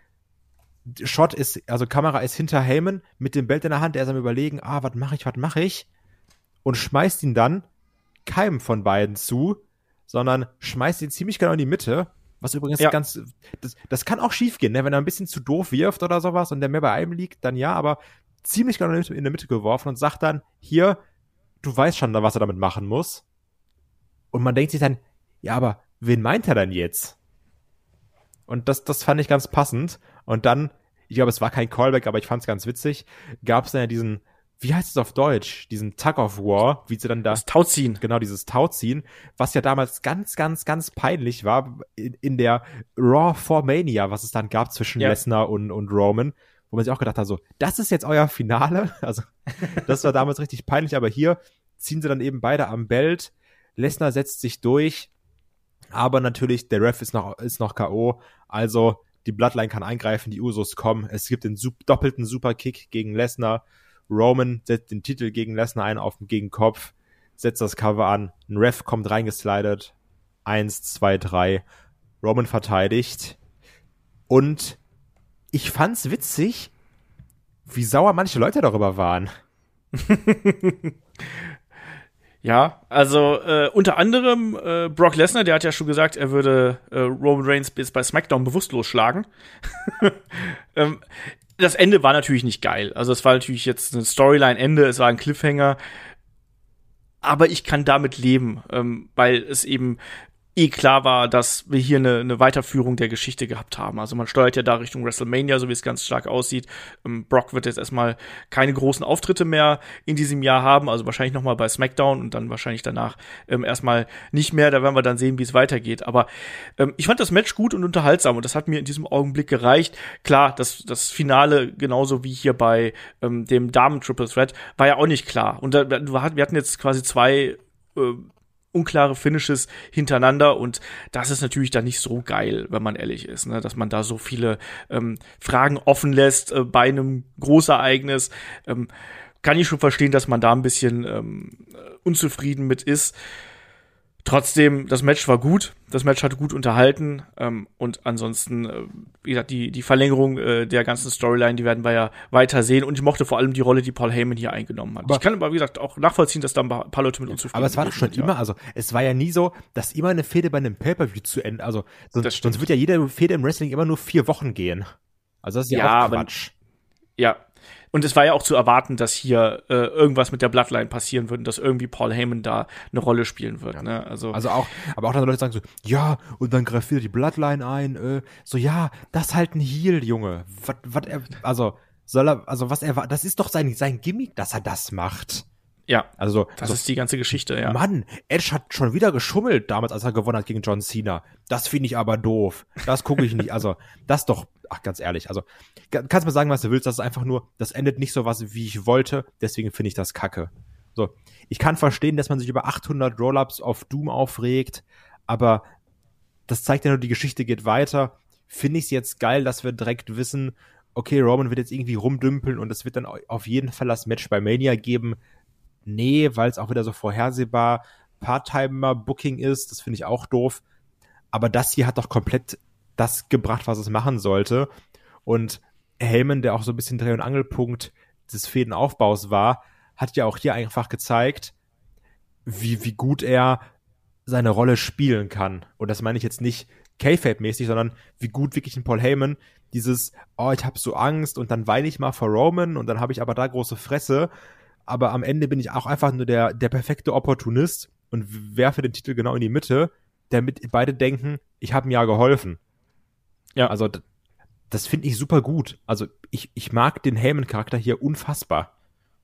Shot ist, also Kamera ist hinter Heyman mit dem Belt in der Hand, er ist am Überlegen, ah, was mache ich, was mache ich? Und schmeißt ihn dann keinem von beiden zu, sondern schmeißt ihn ziemlich genau in die Mitte, was übrigens ja. ganz, das, das kann auch schief gehen, ne? Wenn er ein bisschen zu doof wirft oder sowas und der mehr bei einem liegt, dann ja, aber ziemlich genau in der Mitte geworfen und sagt dann, hier, du weißt schon, was er damit machen muss. Und man denkt sich dann, ja, aber wen meint er denn jetzt? Und das, das fand ich ganz passend. Und dann, ich glaube, es war kein Callback, aber ich fand es ganz witzig, gab es dann ja diesen wie heißt es auf Deutsch? Diesen Tug of War, wie sie dann da. Das Tauziehen. Genau, dieses Tauziehen, was ja damals ganz, ganz, ganz peinlich war in, in der Raw four Mania, was es dann gab zwischen Ja. Lesnar und, und Roman, wo man sich auch gedacht hat, so, das ist jetzt euer Finale? Also, das war damals richtig peinlich, aber hier ziehen sie dann eben beide am Belt. Lesnar setzt sich durch, aber natürlich, der Ref ist noch, ist noch K O, also die Bloodline kann eingreifen, die Usos kommen, es gibt den Sup- doppelten Superkick gegen Lesnar, Roman setzt den Titel gegen Lesnar ein auf den Gegenkopf, setzt das Cover an, ein Ref kommt reingeslidet, eins, zwei, drei, Roman verteidigt und ich fand's witzig, wie sauer manche Leute darüber waren. Ja, also äh, unter anderem äh, Brock Lesnar, der hat ja schon gesagt, er würde äh, Roman Reigns bis bei SmackDown bewusstlos schlagen. ähm, das Ende war natürlich nicht geil. Also es war natürlich jetzt ein Storyline-Ende, es war ein Cliffhanger. Aber ich kann damit leben, ähm, weil es eben eh klar war, dass wir hier eine, eine Weiterführung der Geschichte gehabt haben. Also man steuert ja da Richtung WrestleMania, so wie es ganz stark aussieht. Ähm, Brock wird jetzt erstmal keine großen Auftritte mehr in diesem Jahr haben, also wahrscheinlich noch mal bei SmackDown und dann wahrscheinlich danach ähm, erstmal nicht mehr. Da werden wir dann sehen, wie es weitergeht. Aber ähm, ich fand das Match gut und unterhaltsam und das hat mir in diesem Augenblick gereicht. Klar, das, das Finale, genauso wie hier bei ähm, dem Damen-Triple Threat, war ja auch nicht klar. Und da, wir hatten jetzt quasi zwei äh, unklare Finishes hintereinander und das ist natürlich dann nicht so geil, wenn man ehrlich ist, ne? Dass man da so viele ähm, Fragen offen lässt äh, bei einem Großereignis. Ähm, kann ich schon verstehen, dass man da ein bisschen ähm, unzufrieden mit ist. Trotzdem, das Match war gut, das Match hat gut unterhalten ähm, und ansonsten, äh, wie gesagt, die, die Verlängerung äh, der ganzen Storyline, die werden wir ja weiter sehen und ich mochte vor allem die Rolle, die Paul Heyman hier eingenommen hat. Aber ich kann aber, wie gesagt, auch nachvollziehen, dass da ein paar, paar Leute mit unzufrieden sind. Aber es war doch schon ja. immer, also es war ja nie so, dass immer eine Fehde bei einem Pay-Per-View zu Ende, also sonst, Das stimmt. sonst wird ja jede Fehde im Wrestling immer nur vier Wochen gehen. Also das ist ja, Ja, auch aber- Quatsch. Ja. Und es war ja auch zu erwarten, dass hier äh, irgendwas mit der Bloodline passieren wird und dass irgendwie Paul Heyman da eine Rolle spielen wird. Ne? Also, Also auch, aber auch dann Leute sagen so, ja, und dann greift wieder die Bloodline ein, äh, so, ja, das ist halt ein Heel, Junge. Was, was er, also, soll er, also was er, das ist doch sein, sein Gimmick, dass er das macht. ja, Also, das so, ist die ganze Geschichte, ja. Mann, Edge hat schon wieder geschummelt damals, als er gewonnen hat gegen John Cena. Das finde ich aber doof. Das gucke ich nicht. Also, das doch, ach, ganz ehrlich. Also, kannst mir sagen, was du willst. Das ist einfach nur, das endet nicht so was, wie ich wollte. Deswegen finde ich das kacke. So, ich kann verstehen, dass man sich über achthundert Roll-Ups auf Doom aufregt, aber das zeigt ja nur, die Geschichte geht weiter. Finde ich es jetzt geil, dass wir direkt wissen, okay, Roman wird jetzt irgendwie rumdümpeln und es wird dann auf jeden Fall das Match bei Mania geben. Nee, weil es auch wieder so vorhersehbar Part-Timer-Booking ist. Das finde ich auch doof. Aber das hier hat doch komplett das gebracht, was es machen sollte. Und Heyman, der auch so ein bisschen Dreh- und Angelpunkt des Fädenaufbaus war, hat ja auch hier einfach gezeigt, wie, wie gut er seine Rolle spielen kann. Und das meine ich jetzt nicht Kayfabe-mäßig, sondern wie gut wirklich ein Paul Heyman dieses, oh, ich hab so Angst und dann weine ich mal vor Roman und dann habe ich aber da große Fresse. Aber am Ende bin ich auch einfach nur der, der perfekte Opportunist und werfe den Titel genau in die Mitte, damit beide denken, ich habe ihm ja geholfen. Ja. Also d- das finde ich super gut. Also ich, ich mag den Heyman-Charakter hier unfassbar.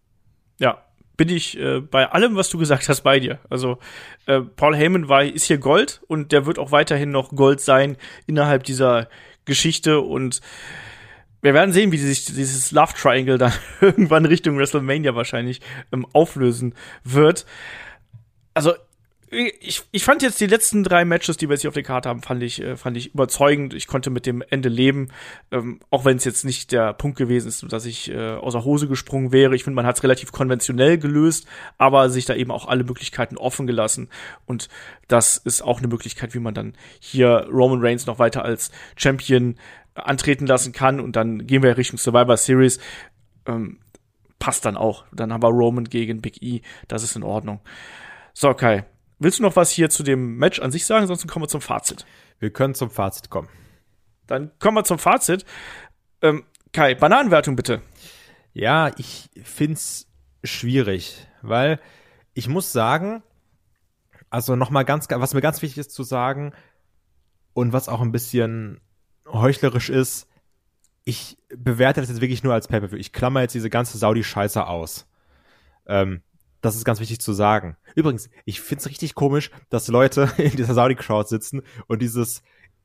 Ja, bin ich äh, bei allem, was du gesagt hast, bei dir. Also äh, Paul Heyman war, ist hier Gold und der wird auch weiterhin noch Gold sein innerhalb dieser Geschichte und wir werden sehen, wie sich dieses Love Triangle dann irgendwann Richtung WrestleMania wahrscheinlich ähm, auflösen wird. Also ich, ich fand jetzt die letzten drei Matches, die wir jetzt hier auf der Karte haben, fand ich, äh, fand ich überzeugend. Ich konnte mit dem Ende leben, ähm, auch wenn es jetzt nicht der Punkt gewesen ist, dass ich äh, außer Hose gesprungen wäre. Ich finde, man hat es relativ konventionell gelöst, aber sich da eben auch alle Möglichkeiten offen gelassen. Und das ist auch eine Möglichkeit, wie man dann hier Roman Reigns noch weiter als Champion antreten lassen kann. Und dann gehen wir Richtung Survivor Series. Ähm, passt dann auch. Dann haben wir Roman gegen Big E. Das ist in Ordnung. So, Kai. Willst du noch was hier zu dem Match an sich sagen? Sonst kommen wir zum Fazit. Wir können zum Fazit kommen. Dann kommen wir zum Fazit. Ähm, Kai, Bananenwertung bitte. Ja, ich find's schwierig, weil ich muss sagen, also nochmal ganz, was mir ganz wichtig ist zu sagen und was auch ein bisschen heuchlerisch ist, ich bewerte das jetzt wirklich nur als Pay-Per-View. Ich klammer jetzt diese ganze Saudi-Scheiße aus. Ähm, das ist ganz wichtig zu sagen. Übrigens, ich find's richtig komisch, dass Leute in dieser Saudi-Crowd sitzen und dieses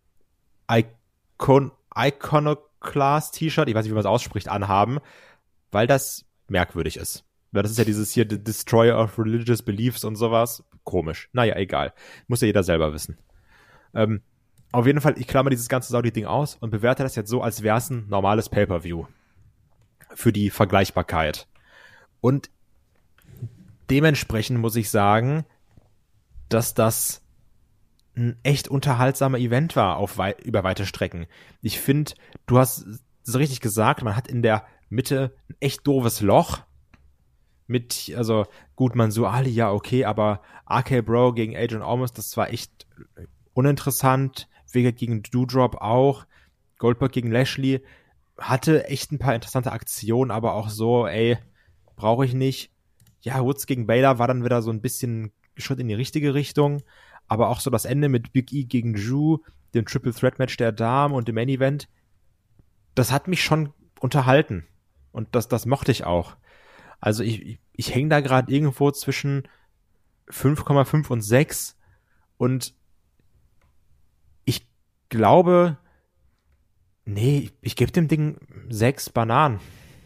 Icon Iconoclast-T-Shirt, ich weiß nicht, wie man es ausspricht, anhaben, weil das merkwürdig ist. Weil das ist ja dieses hier, The Destroyer of Religious Beliefs und sowas. Komisch. Naja, egal. Muss ja jeder selber wissen. Ähm, auf jeden Fall, ich klammer dieses ganze Saudi-Ding aus und bewerte das jetzt so, als wäre es ein normales Pay-Per-View. Für die Vergleichbarkeit. Und dementsprechend muss ich sagen, dass das ein echt unterhaltsamer Event war auf wei- über weite Strecken. Ich finde, du hast es richtig gesagt, man hat in der Mitte ein echt doofes Loch mit, also gut, Mansour Ali, ja okay, aber R K Bro gegen Adrian Almost, das war echt uninteressant. Vega gegen Doudrop auch. Goldberg gegen Lashley hatte echt ein paar interessante Aktionen, aber auch so, ey, brauche ich nicht. Ja, Woods gegen Baylor war dann wieder so ein bisschen Schritt in die richtige Richtung, aber auch so das Ende mit Big E gegen Drew, dem Triple Threat Match der Damen und dem Main Event, das hat mich schon unterhalten und das, das mochte ich auch. Also ich, ich, ich hänge da gerade irgendwo zwischen fünf Komma fünf und sechs und ich glaube, nee, ich, ich gebe dem Ding sechs Bananen.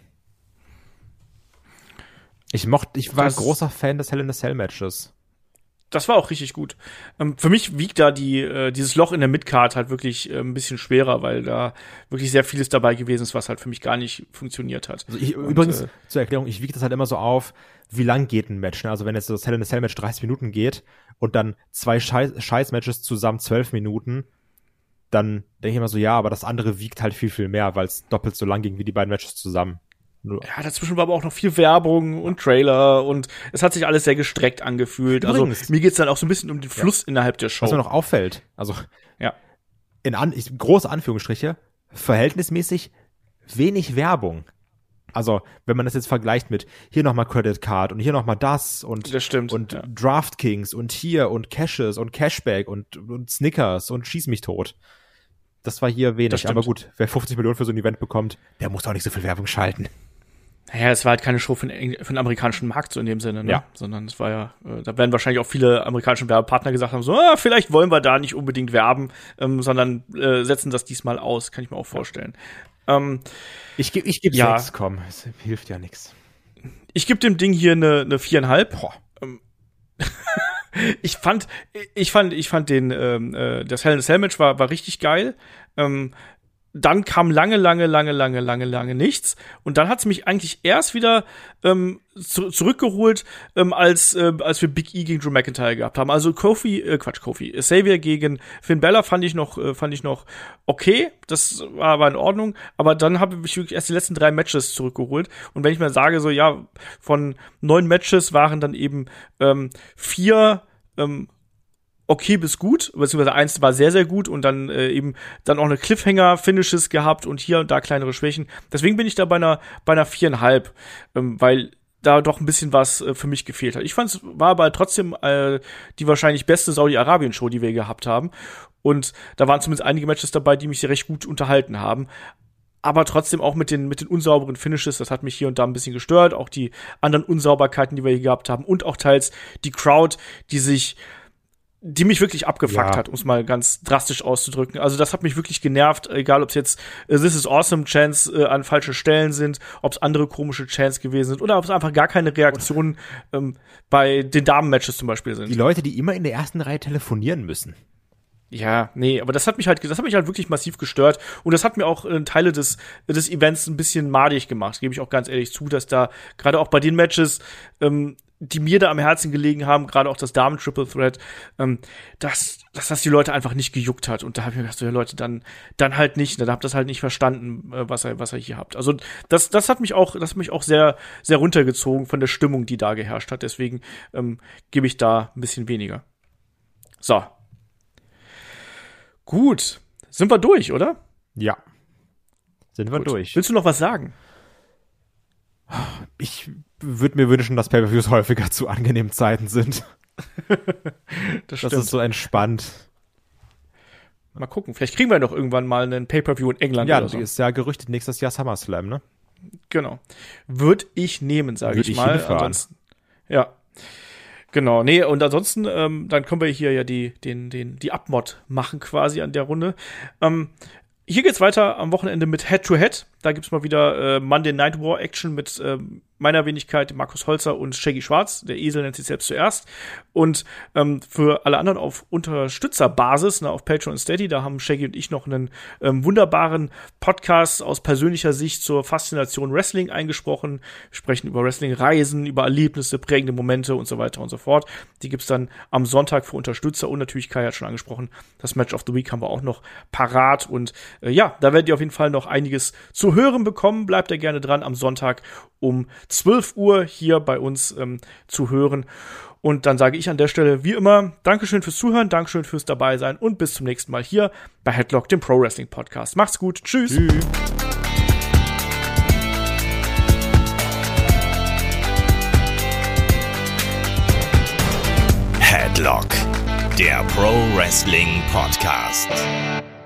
Ich mochte, ich war das, großer Fan des Hell in a Cell Matches. Das war auch richtig gut. Ähm, für mich wiegt da die äh, dieses Loch in der Midcard halt wirklich äh, ein bisschen schwerer, weil da wirklich sehr vieles dabei gewesen ist, was halt für mich gar nicht funktioniert hat. Also ich, Und, übrigens, äh, zur Erklärung, ich wiege das halt immer so auf, wie lang geht ein Match, ne? Also wenn jetzt das Hell in a Cell Match dreißig Minuten geht und dann zwei Scheiß- Scheiß-Matches zusammen zwölf Minuten, dann denke ich immer so, ja, aber das andere wiegt halt viel, viel mehr, weil es doppelt so lang ging wie die beiden Matches zusammen. Ja, dazwischen war aber auch noch viel Werbung und Trailer und es hat sich alles sehr gestreckt angefühlt. Übrigens, also mir geht's dann auch so ein bisschen um den Fluss ja. innerhalb der Show. Was mir noch auffällt, also ja. in an, ich, große Anführungsstriche, verhältnismäßig wenig Werbung. Also, wenn man das jetzt vergleicht mit hier nochmal Credit Card und hier nochmal das und, das stimmt, und ja. DraftKings und hier und Cashes und Cashback und, und Snickers und Schieß mich tot. Das war hier wenig, aber gut, wer fünfzig Millionen für so ein Event bekommt, der muss auch nicht so viel Werbung schalten. Naja, es war halt keine Show für den, für den amerikanischen Markt so in dem Sinne, ne? Ja. Sondern es war ja, äh, da werden wahrscheinlich auch viele amerikanische Werbepartner gesagt haben, so, ah, vielleicht wollen wir da nicht unbedingt werben, ähm, sondern äh, setzen das diesmal aus, kann ich mir auch vorstellen. Ähm, ich gebe ich geb ja. sechs, komm, es hilft ja nichts. Ich gebe dem Ding hier eine eine viereinhalb. Boah. Ähm, ich fand, ich fand, ich fand den, ähm, äh, das Hell in a Cell Match war war richtig geil. Ähm, Dann kam lange, lange, lange, lange, lange, lange nichts. Und dann hat's mich eigentlich erst wieder ähm, zu, zurückgeholt, ähm, als äh, als wir Big E gegen Drew McIntyre gehabt haben. Also Kofi, äh, Quatsch, Kofi, Xavier gegen Finn Balor fand ich noch, äh, fand ich noch okay. Das war, war in Ordnung. Aber dann habe ich wirklich erst die letzten drei Matches zurückgeholt. Und wenn ich mal sage, so ja, von neun Matches waren dann eben ähm, vier ähm, okay bis gut, beziehungsweise eins war sehr, sehr gut und dann äh, eben dann auch eine Cliffhanger-Finishes gehabt und hier und da kleinere Schwächen. Deswegen bin ich da bei einer bei einer viereinhalb, ähm, weil da doch ein bisschen was äh, für mich gefehlt hat. Ich fand es war aber trotzdem äh, die wahrscheinlich beste Saudi-Arabien-Show, die wir gehabt haben. Und da waren zumindest einige Matches dabei, die mich sehr recht gut unterhalten haben. Aber trotzdem auch mit den mit den unsauberen Finishes, das hat mich hier und da ein bisschen gestört. Auch die anderen Unsauberkeiten, die wir hier gehabt haben und auch teils die Crowd, die sich die mich wirklich abgefuckt ja. hat, um es mal ganz drastisch auszudrücken. Also das hat mich wirklich genervt, egal ob es jetzt äh, This is Awesome Chants äh, an falschen Stellen sind, ob es andere komische Chants gewesen sind oder ob es einfach gar keine Reaktionen ähm, bei den Damen-Matches zum Beispiel sind. Die Leute, die immer in der ersten Reihe telefonieren müssen. Ja, nee, aber das hat mich halt, das hat mich halt wirklich massiv gestört und das hat mir auch äh, Teile des des Events ein bisschen madig gemacht, gebe ich auch ganz ehrlich zu, dass da gerade auch bei den Matches ähm, die mir da am Herzen gelegen haben, gerade auch das Damen-Triple Threat, ähm, dass, dass das die Leute einfach nicht gejuckt hat. Und da habe ich mir gedacht, so, ja Leute, dann dann halt nicht, ne? Da habt ihr das halt nicht verstanden, äh, was ihr was ihr hier habt. Also das das hat mich auch das hat mich auch sehr sehr runtergezogen von der Stimmung, die da geherrscht hat. Deswegen ähm, gebe ich da ein bisschen weniger. So. Gut. Sind wir durch, oder? Ja. Sind wir Gut. durch. Willst du noch was sagen? Ich würde mir wünschen, dass Pay-Per-Views häufiger zu angenehmen Zeiten sind. das, das ist so entspannt. Mal gucken, vielleicht kriegen wir noch irgendwann mal einen Pay-Per-View in England ja, oder so. Ja, ist ja gerüchtet nächstes Jahr SummerSlam, ne? Genau. Würde ich nehmen, sage ich, ich mal. Hinfahren. Ansonsten, Ja. Genau, nee, und ansonsten, ähm, dann können wir hier ja die, den, den, die Abmod machen quasi an der Runde. Ähm, hier geht's weiter am Wochenende mit Head-to-Head. Da gibt's mal wieder äh, Monday Night War Action mit ähm, meiner Wenigkeit, Markus Holzer und Shaggy Schwarz. Der Esel nennt sich selbst zuerst. Und ähm, für alle anderen auf Unterstützerbasis, ne, auf Patreon und Steady, da haben Shaggy und ich noch einen ähm, wunderbaren Podcast aus persönlicher Sicht zur Faszination Wrestling eingesprochen. Wir sprechen über Wrestling-Reisen, über Erlebnisse, prägende Momente und so weiter und so fort. Die gibt's dann am Sonntag für Unterstützer und natürlich, Kai hat schon angesprochen, das Match of the Week haben wir auch noch parat. Und äh, ja, da werdet ihr auf jeden Fall noch einiges zu hören bekommen. Bleibt ihr gerne dran am Sonntag um zwölf Uhr hier bei uns ähm, zu hören. Und dann sage ich an der Stelle wie immer Dankeschön fürs Zuhören, Dankeschön fürs Dabeisein und bis zum nächsten Mal hier bei Headlock, dem Pro Wrestling Podcast. Macht's gut, tschüss. Tschüss. Headlock, der Pro Wrestling Podcast.